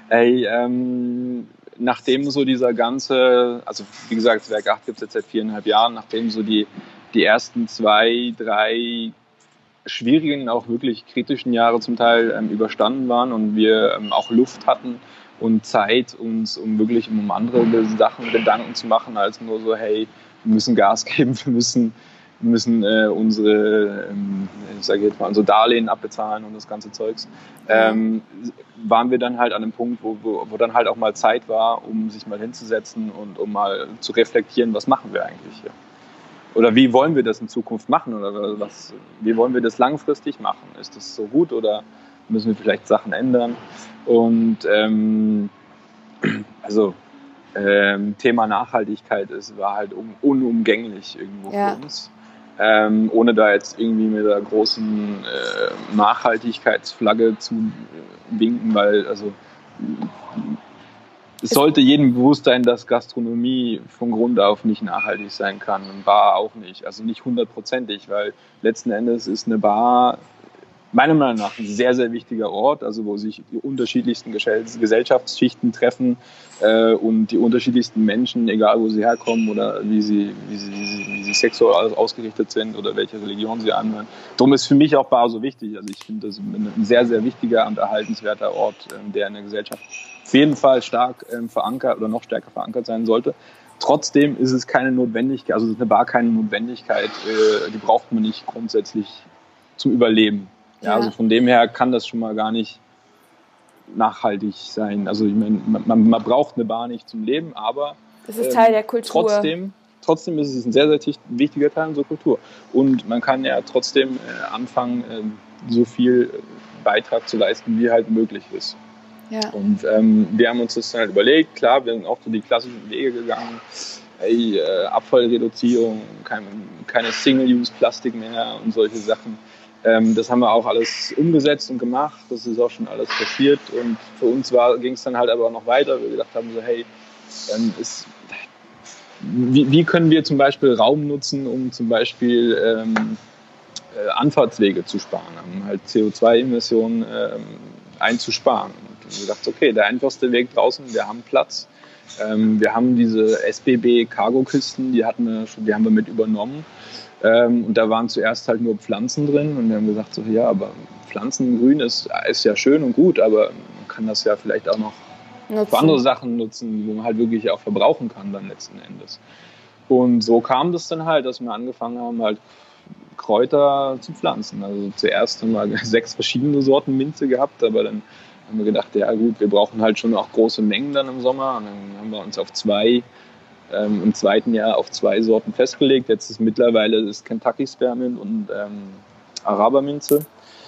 Nachdem so dieser ganze, also wie gesagt, das Werk 8 gibt es jetzt seit 4,5 Jahren, nachdem so die ersten 2, 3 schwierigen, auch wirklich kritischen Jahre zum Teil überstanden waren und wir auch Luft hatten und Zeit, uns um andere Sachen Gedanken zu machen, als nur so, hey, wir müssen Gas geben, wir müssen unsere, ich sage jetzt mal, unsere Darlehen abbezahlen und das ganze Zeugs, waren wir dann halt an einem Punkt, wo dann halt auch mal Zeit war, um sich mal hinzusetzen und um mal zu reflektieren, was machen wir eigentlich hier? Oder wie wollen wir das in Zukunft machen? Oder wie wollen wir das langfristig machen? Ist das so gut oder müssen wir vielleicht Sachen ändern? Und Thema Nachhaltigkeit war halt unumgänglich irgendwo für uns. Ohne da jetzt irgendwie mit der großen Nachhaltigkeitsflagge zu winken, weil es sollte jedem bewusst sein, dass Gastronomie von Grund auf nicht nachhaltig sein kann, eine Bar auch nicht, also nicht 100%ig, weil letzten Endes ist eine Bar meiner Meinung nach ein sehr, sehr wichtiger Ort, also wo sich die unterschiedlichsten Gesellschaftsschichten treffen und die unterschiedlichsten Menschen, egal wo sie herkommen oder wie sie sexuell ausgerichtet sind oder welche Religion sie anhören. Darum ist für mich auch Bar so wichtig. Also ich finde das ein sehr, sehr wichtiger und erhaltenswerter Ort, der in der Gesellschaft auf jeden Fall stark verankert oder noch stärker verankert sein sollte. Trotzdem ist es keine Notwendigkeit, also ist eine Bar keine Notwendigkeit, die braucht man nicht grundsätzlich zum Überleben. Ja, also von dem her kann das schon mal gar nicht nachhaltig sein. Also ich meine, man braucht eine Bar nicht zum Leben, aber das ist Teil der Kultur. Trotzdem ist es ein sehr, sehr wichtiger Teil unserer Kultur. Und man kann ja trotzdem anfangen, so viel Beitrag zu leisten, wie halt möglich ist. Ja. Und wir haben uns das dann halt überlegt, klar, wir sind auch so die klassischen Wege gegangen, Abfallreduzierung, keine Single-Use-Plastik mehr und solche Sachen. Das haben wir auch alles umgesetzt und gemacht, das ist auch schon alles passiert und für uns ging es dann halt aber auch noch weiter, wir gedacht haben so, hey, wie können wir zum Beispiel Raum nutzen, um zum Beispiel Anfahrtswege zu sparen, um halt CO2-Emissionen einzusparen. Und wir dachten, okay, der einfachste Weg draußen, wir haben Platz, wir haben diese SBB-Cargo-Kisten, die haben wir mit übernommen. Und da waren zuerst halt nur Pflanzen drin und wir haben gesagt, so, ja, aber Pflanzengrün ist ja schön und gut, aber man kann das ja vielleicht auch noch für andere Sachen nutzen, wo man halt wirklich auch verbrauchen kann dann letzten Endes. Und so kam das dann halt, dass wir angefangen haben, halt Kräuter zu pflanzen. Also zuerst haben wir 6 verschiedene Sorten Minze gehabt, aber dann haben wir gedacht, ja gut, wir brauchen halt schon auch große Mengen dann im Sommer. Und dann haben wir uns im zweiten Jahr auf 2 Sorten festgelegt. Jetzt ist mittlerweile das Kentucky Spearmint und Araberminze.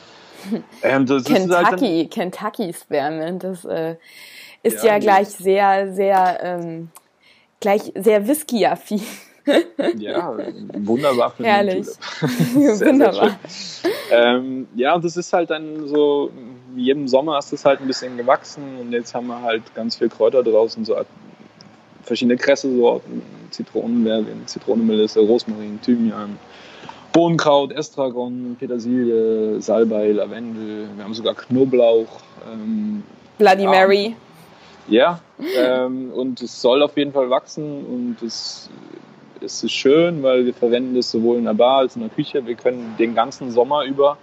Kentucky Spearmint, das ist ja gleich sehr, sehr, sehr Whisky-affin. Ja, wunderbar für herrlich. Wunderbar. Ja, und das ist halt dann so, jedem Sommer ist das halt ein bisschen gewachsen und jetzt haben wir halt ganz viel Kräuter draußen, so verschiedene Kresse-Sorten, Zitronenwerwin, Zitronenmelisse, Rosmarin, Thymian, Bohnenkraut, Estragon, Petersilie, Salbei, Lavendel. Wir haben sogar Knoblauch. Bloody Mary. Ja, und es soll auf jeden Fall wachsen und es ist schön, weil wir verwenden das sowohl in der Bar als in der Küche. Wir können den ganzen Sommer über,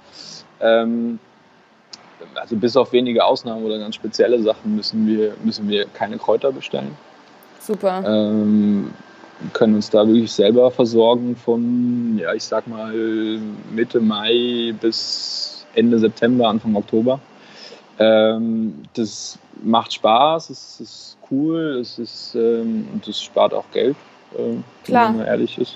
also bis auf wenige Ausnahmen oder ganz spezielle Sachen, müssen wir keine Kräuter bestellen. Super. Können uns da wirklich selber versorgen von, ja, ich sag mal Mitte Mai bis Ende September, Anfang Oktober. Das macht Spaß, es ist cool, und es spart auch Geld, Klar. wenn man ehrlich ist.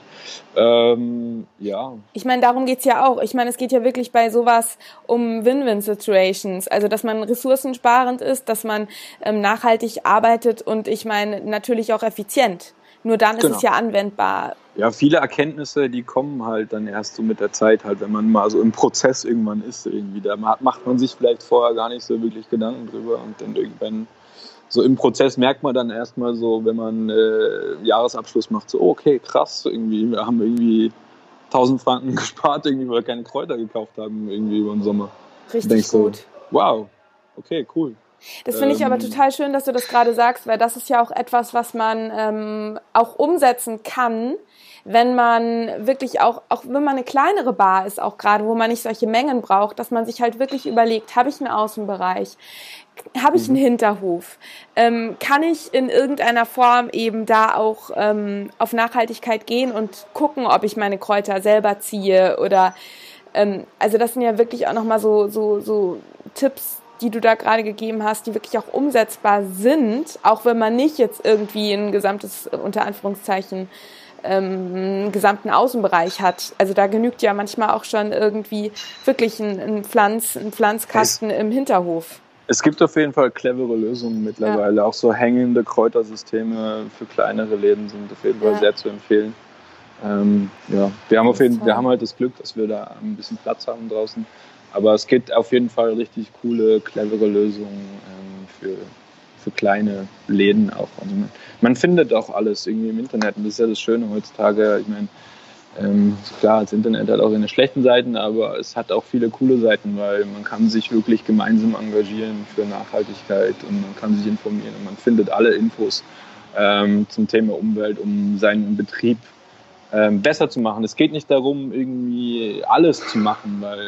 Ja. Ich meine, darum geht's ja auch. Ich meine, es geht ja wirklich bei sowas um Win-Win-Situations. Also, dass man ressourcensparend ist, dass man nachhaltig arbeitet und ich meine, natürlich auch effizient. Nur dann ist es ja anwendbar. Ja, viele Erkenntnisse, die kommen halt dann erst so mit der Zeit, halt, wenn man mal so im Prozess irgendwann ist. Irgendwie. Da macht man sich vielleicht vorher gar nicht so wirklich Gedanken drüber und dann irgendwann so im Prozess merkt man dann erstmal so, wenn man Jahresabschluss macht, so okay, krass, irgendwie, wir haben irgendwie 1.000 Franken gespart, irgendwie, weil wir keine Kräuter gekauft haben irgendwie über den Sommer. Richtig gut. So, wow, okay, cool. Das finde ich aber total schön, dass du das gerade sagst, weil das ist ja auch etwas, was man auch umsetzen kann, wenn man wirklich auch wenn man eine kleinere Bar ist, auch gerade, wo man nicht solche Mengen braucht, dass man sich halt wirklich überlegt, habe ich einen Außenbereich, habe ich einen Hinterhof, kann ich in irgendeiner Form eben da auch auf Nachhaltigkeit gehen und gucken, ob ich meine Kräuter selber ziehe oder also das sind ja wirklich auch nochmal so Tipps, die du da gerade gegeben hast, die wirklich auch umsetzbar sind, auch wenn man nicht jetzt irgendwie ein gesamtes, unter Anführungszeichen, gesamten Außenbereich hat. Also da genügt ja manchmal auch schon irgendwie wirklich ein Pflanzkasten im Hinterhof. Es gibt auf jeden Fall clevere Lösungen mittlerweile. Ja. Auch so hängende Kräutersysteme für kleinere Läden sind auf jeden Fall sehr zu empfehlen. Ja. Wir haben halt das Glück, dass wir da ein bisschen Platz haben draußen. Aber es gibt auf jeden Fall richtig coole, clevere Lösungen für kleine Läden auch. Also man findet auch alles irgendwie im Internet und das ist ja das Schöne heutzutage. Ich meine, klar, das Internet hat auch seine schlechten Seiten, aber es hat auch viele coole Seiten, weil man kann sich wirklich gemeinsam engagieren für Nachhaltigkeit und man kann sich informieren und man findet alle Infos zum Thema Umwelt, um seinen Betrieb besser zu machen. Es geht nicht darum, irgendwie alles zu machen, weil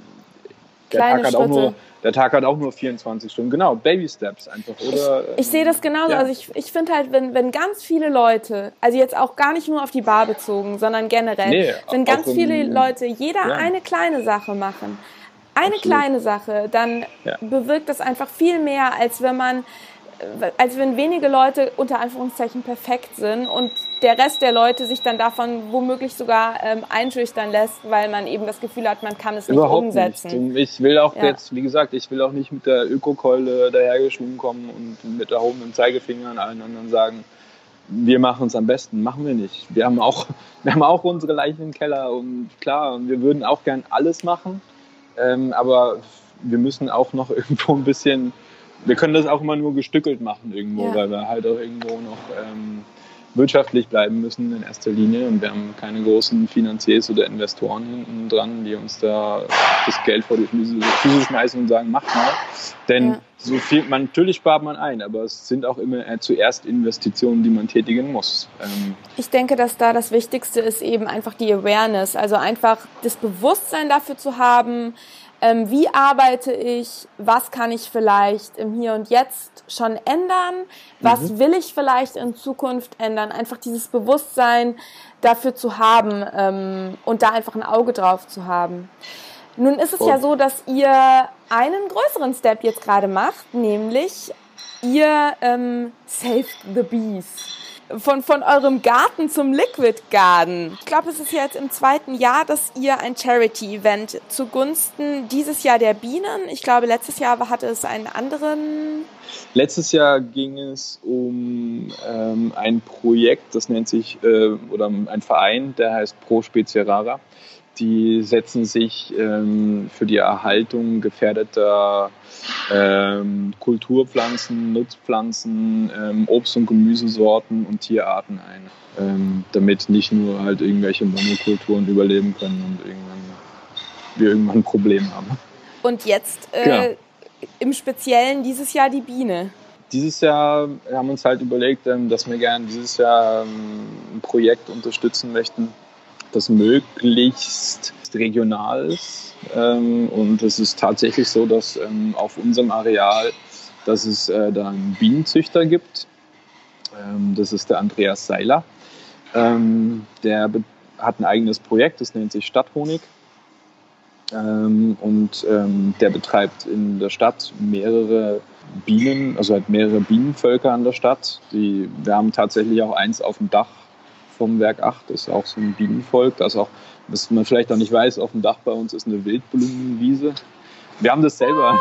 der Tag hat auch nur 24 Stunden. Genau, Baby Steps einfach. Oder, ich sehe das genauso. Ja. Also ich finde halt, wenn ganz viele Leute, also jetzt auch gar nicht nur auf die Bar bezogen, sondern generell, wenn ganz viele Leute jeder eine kleine Sache machen, kleine Sache, dann bewirkt das einfach viel mehr, als wenn wenige Leute unter Anführungszeichen perfekt sind und der Rest der Leute sich dann davon womöglich sogar einschüchtern lässt, weil man eben das Gefühl hat, man kann es nicht umsetzen. Nicht. Ich will auch jetzt, wie gesagt, ich will auch nicht mit der Ökokeule dahergeschwungen kommen und mit erhobenem Zeigefinger an allen anderen sagen, wir machen es am besten. Machen wir nicht. Wir haben auch unsere Leichen im Keller und klar, wir würden auch gern alles machen, aber wir müssen auch noch irgendwo ein bisschen, wir können das auch immer nur gestückelt machen irgendwo, weil wir halt auch irgendwo noch wirtschaftlich bleiben müssen in erster Linie und wir haben keine großen Finanziers oder Investoren hinten dran, die uns da das Geld vor die Füße schmeißen und sagen, mach mal. Denn so viel, natürlich spart man ein, aber es sind auch immer zuerst Investitionen, die man tätigen muss. Ich denke, dass da das Wichtigste ist eben einfach die Awareness, also einfach das Bewusstsein dafür zu haben, wie arbeite ich, was kann ich vielleicht im Hier und Jetzt schon ändern, was will ich vielleicht in Zukunft ändern, einfach dieses Bewusstsein dafür zu haben und da einfach ein Auge drauf zu haben. Nun ist es ja so, dass ihr einen größeren Step jetzt gerade macht, nämlich ihr saved the bees. Von eurem Garten zum Liquid Garden. Ich glaube, es ist jetzt im 2. Jahr, dass ihr ein Charity-Event zugunsten dieses Jahr der Bienen. Ich glaube, letztes Jahr hatte es einen anderen. Letztes Jahr ging es um ein Projekt, das nennt sich, oder ein Verein, der heißt Pro Spezie Rara. Die setzen sich für die Erhaltung gefährdeter Kulturpflanzen, Nutzpflanzen, Obst- und Gemüsesorten und Tierarten ein, damit nicht nur halt irgendwelche Monokulturen überleben können und wir irgendwann ein Problem haben. Und jetzt im Speziellen dieses Jahr die Biene. Dieses Jahr haben wir uns halt überlegt, dass wir gerne dieses Jahr ein Projekt unterstützen möchten, das möglichst regional ist. Und es ist tatsächlich so, dass auf unserem Areal, dass es da einen Bienenzüchter gibt. Das ist der Andreas Seiler. Der hat ein eigenes Projekt, das nennt sich Stadthonig. Der betreibt in der Stadt mehrere Bienen, also halt mehrere Bienenvölker an der Stadt. Wir haben tatsächlich auch eins auf dem Dach vom Werk 8, das ist auch so ein Bienenvolk. Das auch, was man vielleicht auch nicht weiß, auf dem Dach bei uns ist eine Wildblumenwiese. Wir haben das selber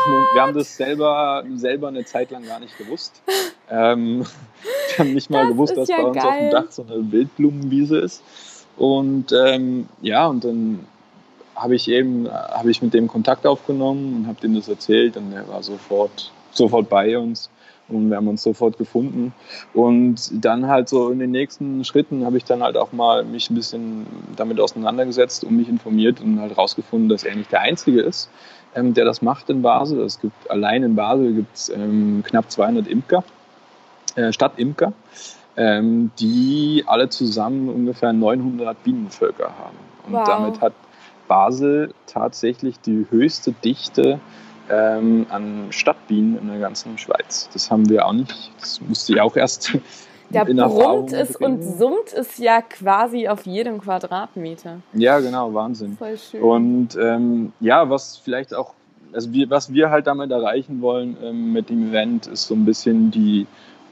eine Zeit lang gar nicht gewusst. Wir haben nicht mal gewusst, dass bei uns auf dem Dach so eine Wildblumenwiese ist. Und und dann habe ich mit dem Kontakt aufgenommen und habe dem das erzählt und er war sofort bei uns. Und wir haben uns sofort gefunden. Und dann halt so in den nächsten Schritten habe ich dann halt auch mal mich ein bisschen damit auseinandergesetzt und mich informiert und halt rausgefunden, dass er nicht der Einzige ist, der das macht in Basel. Allein in Basel gibt es knapp 200 Stadtimker, die alle zusammen ungefähr 900 Bienenvölker haben. Und damit hat Basel tatsächlich die höchste Dichte an Stadtbienen in der ganzen Schweiz. Das haben wir auch nicht. Das musste ich auch erst Da brummt es und summt es ja quasi auf jedem Quadratmeter. Ja, genau, Wahnsinn. Voll schön. Und was vielleicht auch, was wir halt damit erreichen wollen mit dem Event, ist so ein bisschen die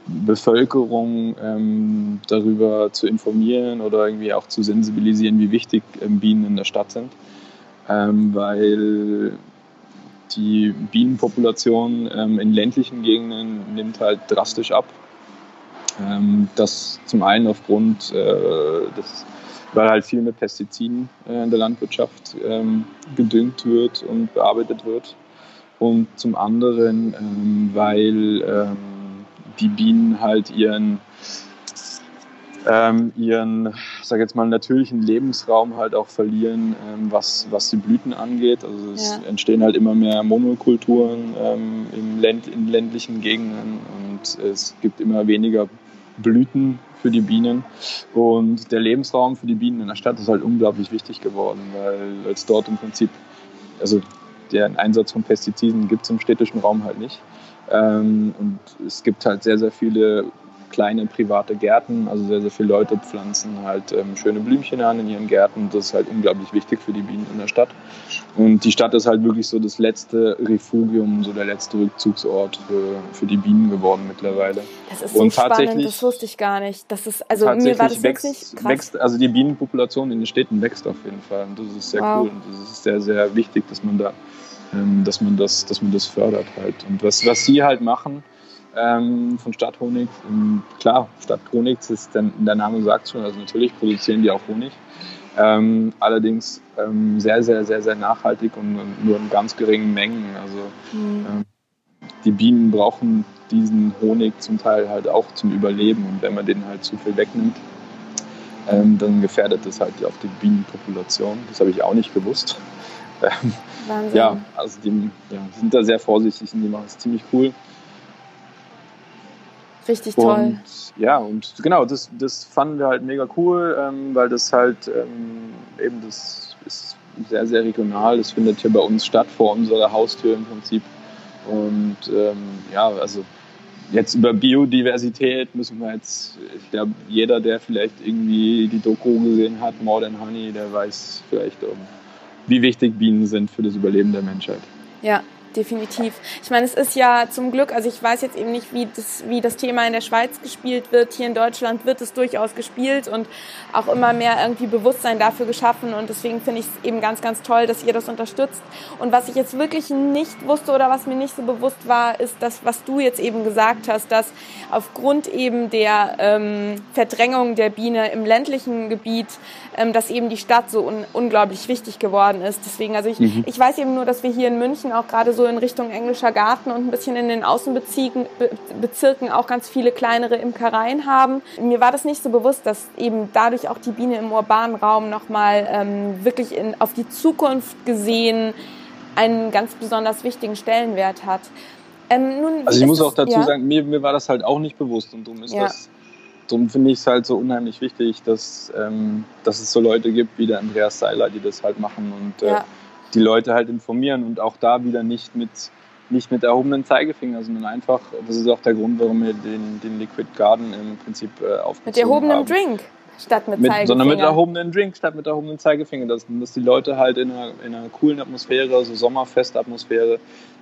Bevölkerung darüber zu informieren oder irgendwie auch zu sensibilisieren, wie wichtig Bienen in der Stadt sind. Weil die Bienenpopulation in ländlichen Gegenden nimmt halt drastisch ab. Das zum einen aufgrund weil halt viel mit Pestiziden in der Landwirtschaft gedüngt wird und bearbeitet wird. Und zum anderen, weil die Bienen halt ihren sag jetzt mal, natürlichen Lebensraum halt auch verlieren, was die Blüten angeht. Also es entstehen halt immer mehr Monokulturen in ländlichen Gegenden und es gibt immer weniger Blüten für die Bienen. Und der Lebensraum für die Bienen in der Stadt ist halt unglaublich wichtig geworden, weil es dort im Prinzip, also den Einsatz von Pestiziden gibt es im städtischen Raum halt nicht. Und es gibt halt sehr, sehr viele kleine private Gärten, also sehr, sehr viele Leute pflanzen halt schöne Blümchen an in ihren Gärten. Das ist halt unglaublich wichtig für die Bienen in der Stadt. Und die Stadt ist halt wirklich so das letzte Refugium, so der letzte Rückzugsort für die Bienen geworden mittlerweile. Das ist so spannend, das wusste ich gar nicht. Das ist, also mir war das jetzt nicht krass. Also die Bienenpopulation in den Städten wächst auf jeden Fall. Und das ist sehr cool und das ist sehr, sehr wichtig, dass man das fördert halt. Und was sie halt machen, von Stadthonig. Klar, Stadthonig ist der Name sagt schon, also natürlich produzieren die auch Honig. Allerdings sehr, sehr, sehr, sehr nachhaltig und nur in ganz geringen Mengen. Also die Bienen brauchen diesen Honig zum Teil halt auch zum Überleben und wenn man den halt zu viel wegnimmt, dann gefährdet das halt auch die Bienenpopulation. Das habe ich auch nicht gewusst. Wahnsinn. Ja, also die sind da sehr vorsichtig und die machen es ziemlich cool. Richtig toll. Und genau, das fanden wir halt mega cool, weil das halt das ist sehr, sehr regional. Das findet hier bei uns statt, vor unserer Haustür im Prinzip. Und also jetzt über Biodiversität müssen wir jetzt, ich glaube, jeder, der vielleicht irgendwie die Doku gesehen hat, More Than Honey, der weiß vielleicht, wie wichtig Bienen sind für das Überleben der Menschheit. Ja, definitiv. Ich meine, es ist ja zum Glück, also ich weiß jetzt eben nicht, wie das Thema in der Schweiz gespielt wird. Hier in Deutschland wird es durchaus gespielt und auch immer mehr irgendwie Bewusstsein dafür geschaffen und deswegen finde ich es eben ganz, ganz toll, dass ihr das unterstützt. Und was ich jetzt wirklich nicht wusste oder was mir nicht so bewusst war, ist das, was du jetzt eben gesagt hast, dass aufgrund eben der Verdrängung der Biene im ländlichen Gebiet dass eben die Stadt so unglaublich wichtig geworden ist. Deswegen, also ich weiß eben nur, dass wir hier in München auch gerade so in Richtung Englischer Garten und ein bisschen in den Außenbezirken auch ganz viele kleinere Imkereien haben. Mir war das nicht so bewusst, dass eben dadurch auch die Biene im urbanen Raum nochmal wirklich auf die Zukunft gesehen einen ganz besonders wichtigen Stellenwert hat. Also ich muss auch dazu sagen, mir war das halt auch nicht bewusst und darum finde ich es halt so unheimlich wichtig, dass es so Leute gibt wie der Andreas Seiler, die das halt machen und die Leute halt informieren und auch da wieder nicht mit erhobenen Zeigefinger, sondern einfach, das ist auch der Grund, warum wir den Liquid Garden im Prinzip aufgezogen mit erhobenem Drink statt mit Zeigefinger. Sondern mit erhobenem Drink statt mit erhobenem Zeigefinger, dass die Leute halt in einer coolen Atmosphäre, also Sommerfestatmosphäre,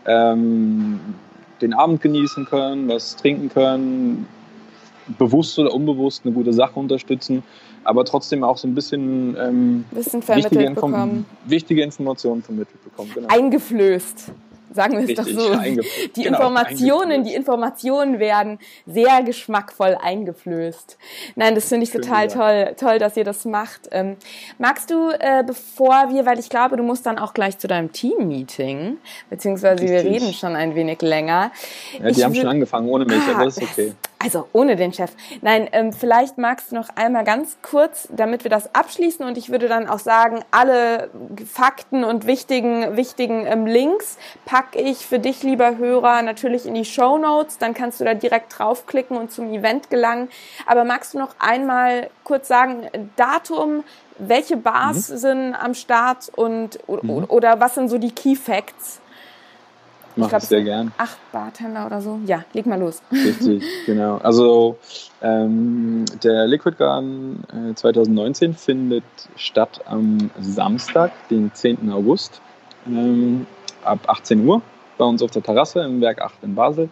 den Abend genießen können, was trinken können, bewusst oder unbewusst eine gute Sache unterstützen, aber trotzdem auch so ein bisschen wichtige Informationen vermittelt bekommen. Genau. Eingeflößt. Sagen wir es doch so. Die Informationen werden sehr geschmackvoll eingeflößt. Nein, das finde ich total toll, dass ihr das macht. Magst du, weil ich glaube, du musst dann auch gleich zu deinem Team-Meeting, beziehungsweise wir reden schon ein wenig länger. Ja, die haben schon angefangen ohne mich, aber das ist okay. Also ohne den Chef. Nein, vielleicht magst du noch einmal ganz kurz, damit wir das abschließen und ich würde dann auch sagen, alle Fakten und wichtigen Links packe ich für dich, lieber Hörer, natürlich in die Shownotes. Dann kannst du da direkt draufklicken und zum Event gelangen. Aber magst du noch einmal kurz sagen, Datum, welche Bars sind am Start oder was sind so die Key Facts? Mach ich sehr gern. 8 Bartender oder so. Ja, leg mal los. Richtig, genau. Also der Liquid Garden 2019 findet statt am Samstag, den 10. August, ab 18 Uhr bei uns auf der Terrasse im Werk 8 in Basel.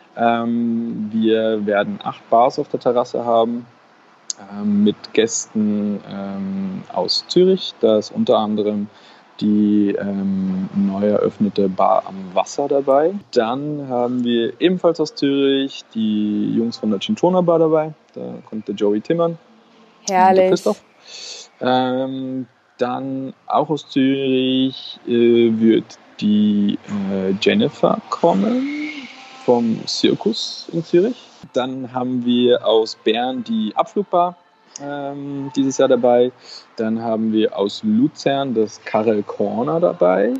Wir werden 8 Bars auf der Terrasse haben mit Gästen aus Zürich. Da ist unter anderem die neu eröffnete Bar am Wasser dabei. Dann haben wir ebenfalls aus Zürich die Jungs von der Cintona Bar dabei. Da kommt der Joey Timmern. Herrlich. Und der Christoph. Dann auch aus Zürich wird die Jennifer kommen vom Zirkus in Zürich. Dann haben wir aus Bern die Abflugbar dieses Jahr dabei. Dann haben wir aus Luzern das Karel Corner dabei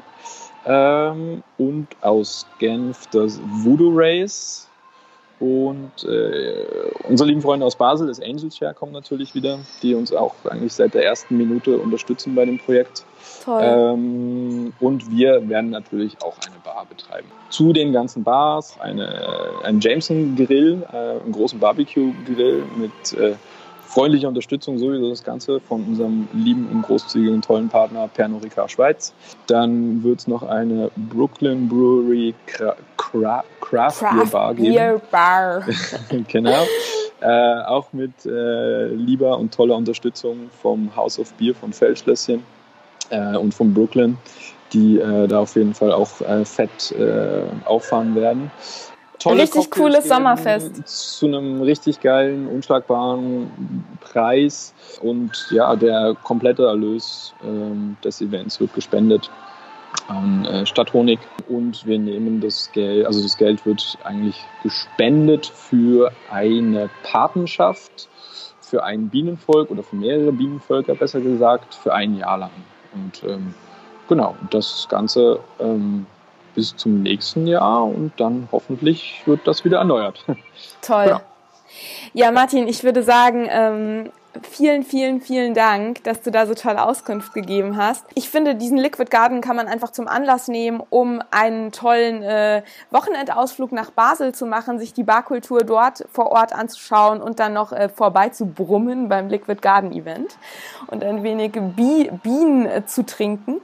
und aus Genf das Voodoo Race und unsere lieben Freunde aus Basel, das Angels Share, kommen natürlich wieder, die uns auch eigentlich seit der ersten Minute unterstützen bei dem Projekt. Toll. Und wir werden natürlich auch eine Bar betreiben. Zu den ganzen Bars ein Jameson Grill, einen großen Barbecue Grill mit freundliche Unterstützung sowieso das Ganze von unserem lieben und großzügigen, tollen Partner Pernod Ricard Schweiz. Dann wird es noch eine Brooklyn Brewery Craft Beer Bar geben. Beer Bar. Genau. Auch mit lieber und toller Unterstützung vom House of Beer von Feldschlösschen und von Brooklyn, die da auf jeden Fall auch fett auffahren werden. Tolle richtig cooles Sommerfest. Zu einem richtig geilen, unschlagbaren Preis. Und ja, der komplette Erlös des Events wird gespendet an Stadthonig. Und wir nehmen das Geld, also das Geld wird eigentlich gespendet für eine Patenschaft, für ein Bienenvolk oder für mehrere Bienenvölker, besser gesagt, für ein Jahr lang. Und genau, das Ganze bis zum nächsten Jahr und dann hoffentlich wird das wieder erneuert. Toll. Genau. Ja, Martin, ich würde sagen, vielen, vielen, vielen Dank, dass du da so tolle Auskunft gegeben hast. Ich finde, diesen Liquid Garden kann man einfach zum Anlass nehmen, um einen tollen Wochenendausflug nach Basel zu machen, sich die Barkultur dort vor Ort anzuschauen und dann noch vorbei zu brummen beim Liquid Garden Event und ein wenig Bienen zu trinken.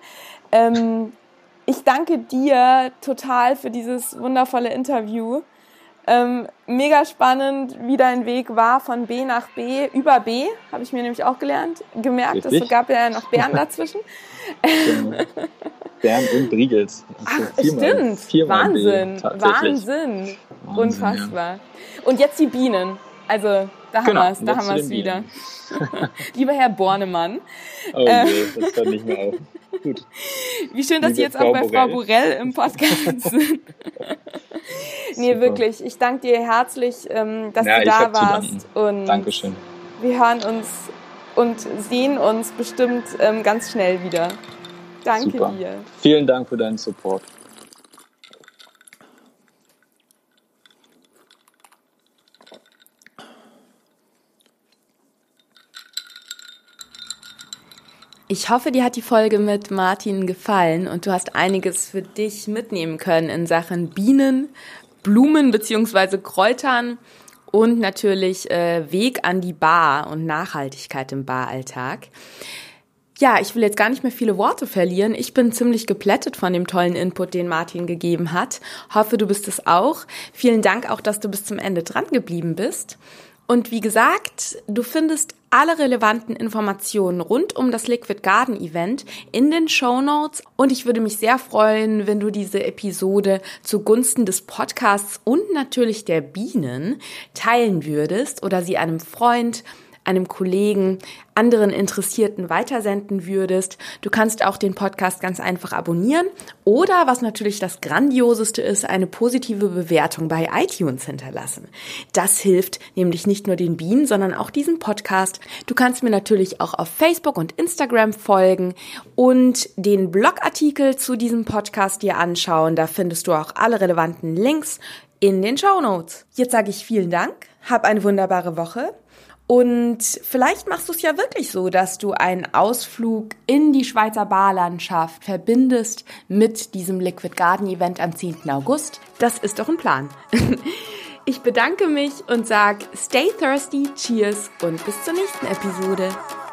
Ich danke dir total für dieses wundervolle Interview. Mega spannend, wie dein Weg war von B nach B, über B, habe ich mir nämlich auch gemerkt. Es gab ja noch Bern dazwischen. Genau. Bern und Briegels. Also stimmt. Wahnsinn. Unfassbar. Ja. Und jetzt die Bienen. Also, da haben wir es, da haben wir es wieder. Lieber Herr Bornemann. Oh je, das hört nicht mehr auf. Gut. Wie schön, dass Sie jetzt auch bei Frau Borell im Podcast sind. Nee, wirklich. Ich danke dir herzlich, dass du da warst. Und Dankeschön. Wir hören uns und sehen uns bestimmt ganz schnell wieder. Danke Super. dir. Vielen Dank für deinen Support. Ich hoffe, dir hat die Folge mit Martin gefallen und du hast einiges für dich mitnehmen können in Sachen Bienen, Blumen bzw. Kräutern und natürlich Weg an die Bar und Nachhaltigkeit im Baralltag. Ja, ich will jetzt gar nicht mehr viele Worte verlieren. Ich bin ziemlich geplättet von dem tollen Input, den Martin gegeben hat. Hoffe, du bist es auch. Vielen Dank auch, dass du bis zum Ende dran geblieben bist. Und wie gesagt, du findest alle relevanten Informationen rund um das Liquid Garden Event in den Shownotes. Und ich würde mich sehr freuen, wenn du diese Episode zugunsten des Podcasts und natürlich der Bienen teilen würdest oder sie einem Freund, einem Kollegen, anderen Interessierten weitersenden würdest. Du kannst auch den Podcast ganz einfach abonnieren oder, was natürlich das Grandioseste ist, eine positive Bewertung bei iTunes hinterlassen. Das hilft nämlich nicht nur den Bienen, sondern auch diesem Podcast. Du kannst mir natürlich auch auf Facebook und Instagram folgen und den Blogartikel zu diesem Podcast dir anschauen. Da findest du auch alle relevanten Links in den Shownotes. Jetzt sage ich vielen Dank, hab eine wunderbare Woche. Und vielleicht machst du es ja wirklich so, dass du einen Ausflug in die Schweizer Barlandschaft verbindest mit diesem Liquid Garden Event am 10. August. Das ist doch ein Plan. Ich bedanke mich und sage stay thirsty, cheers und bis zur nächsten Episode.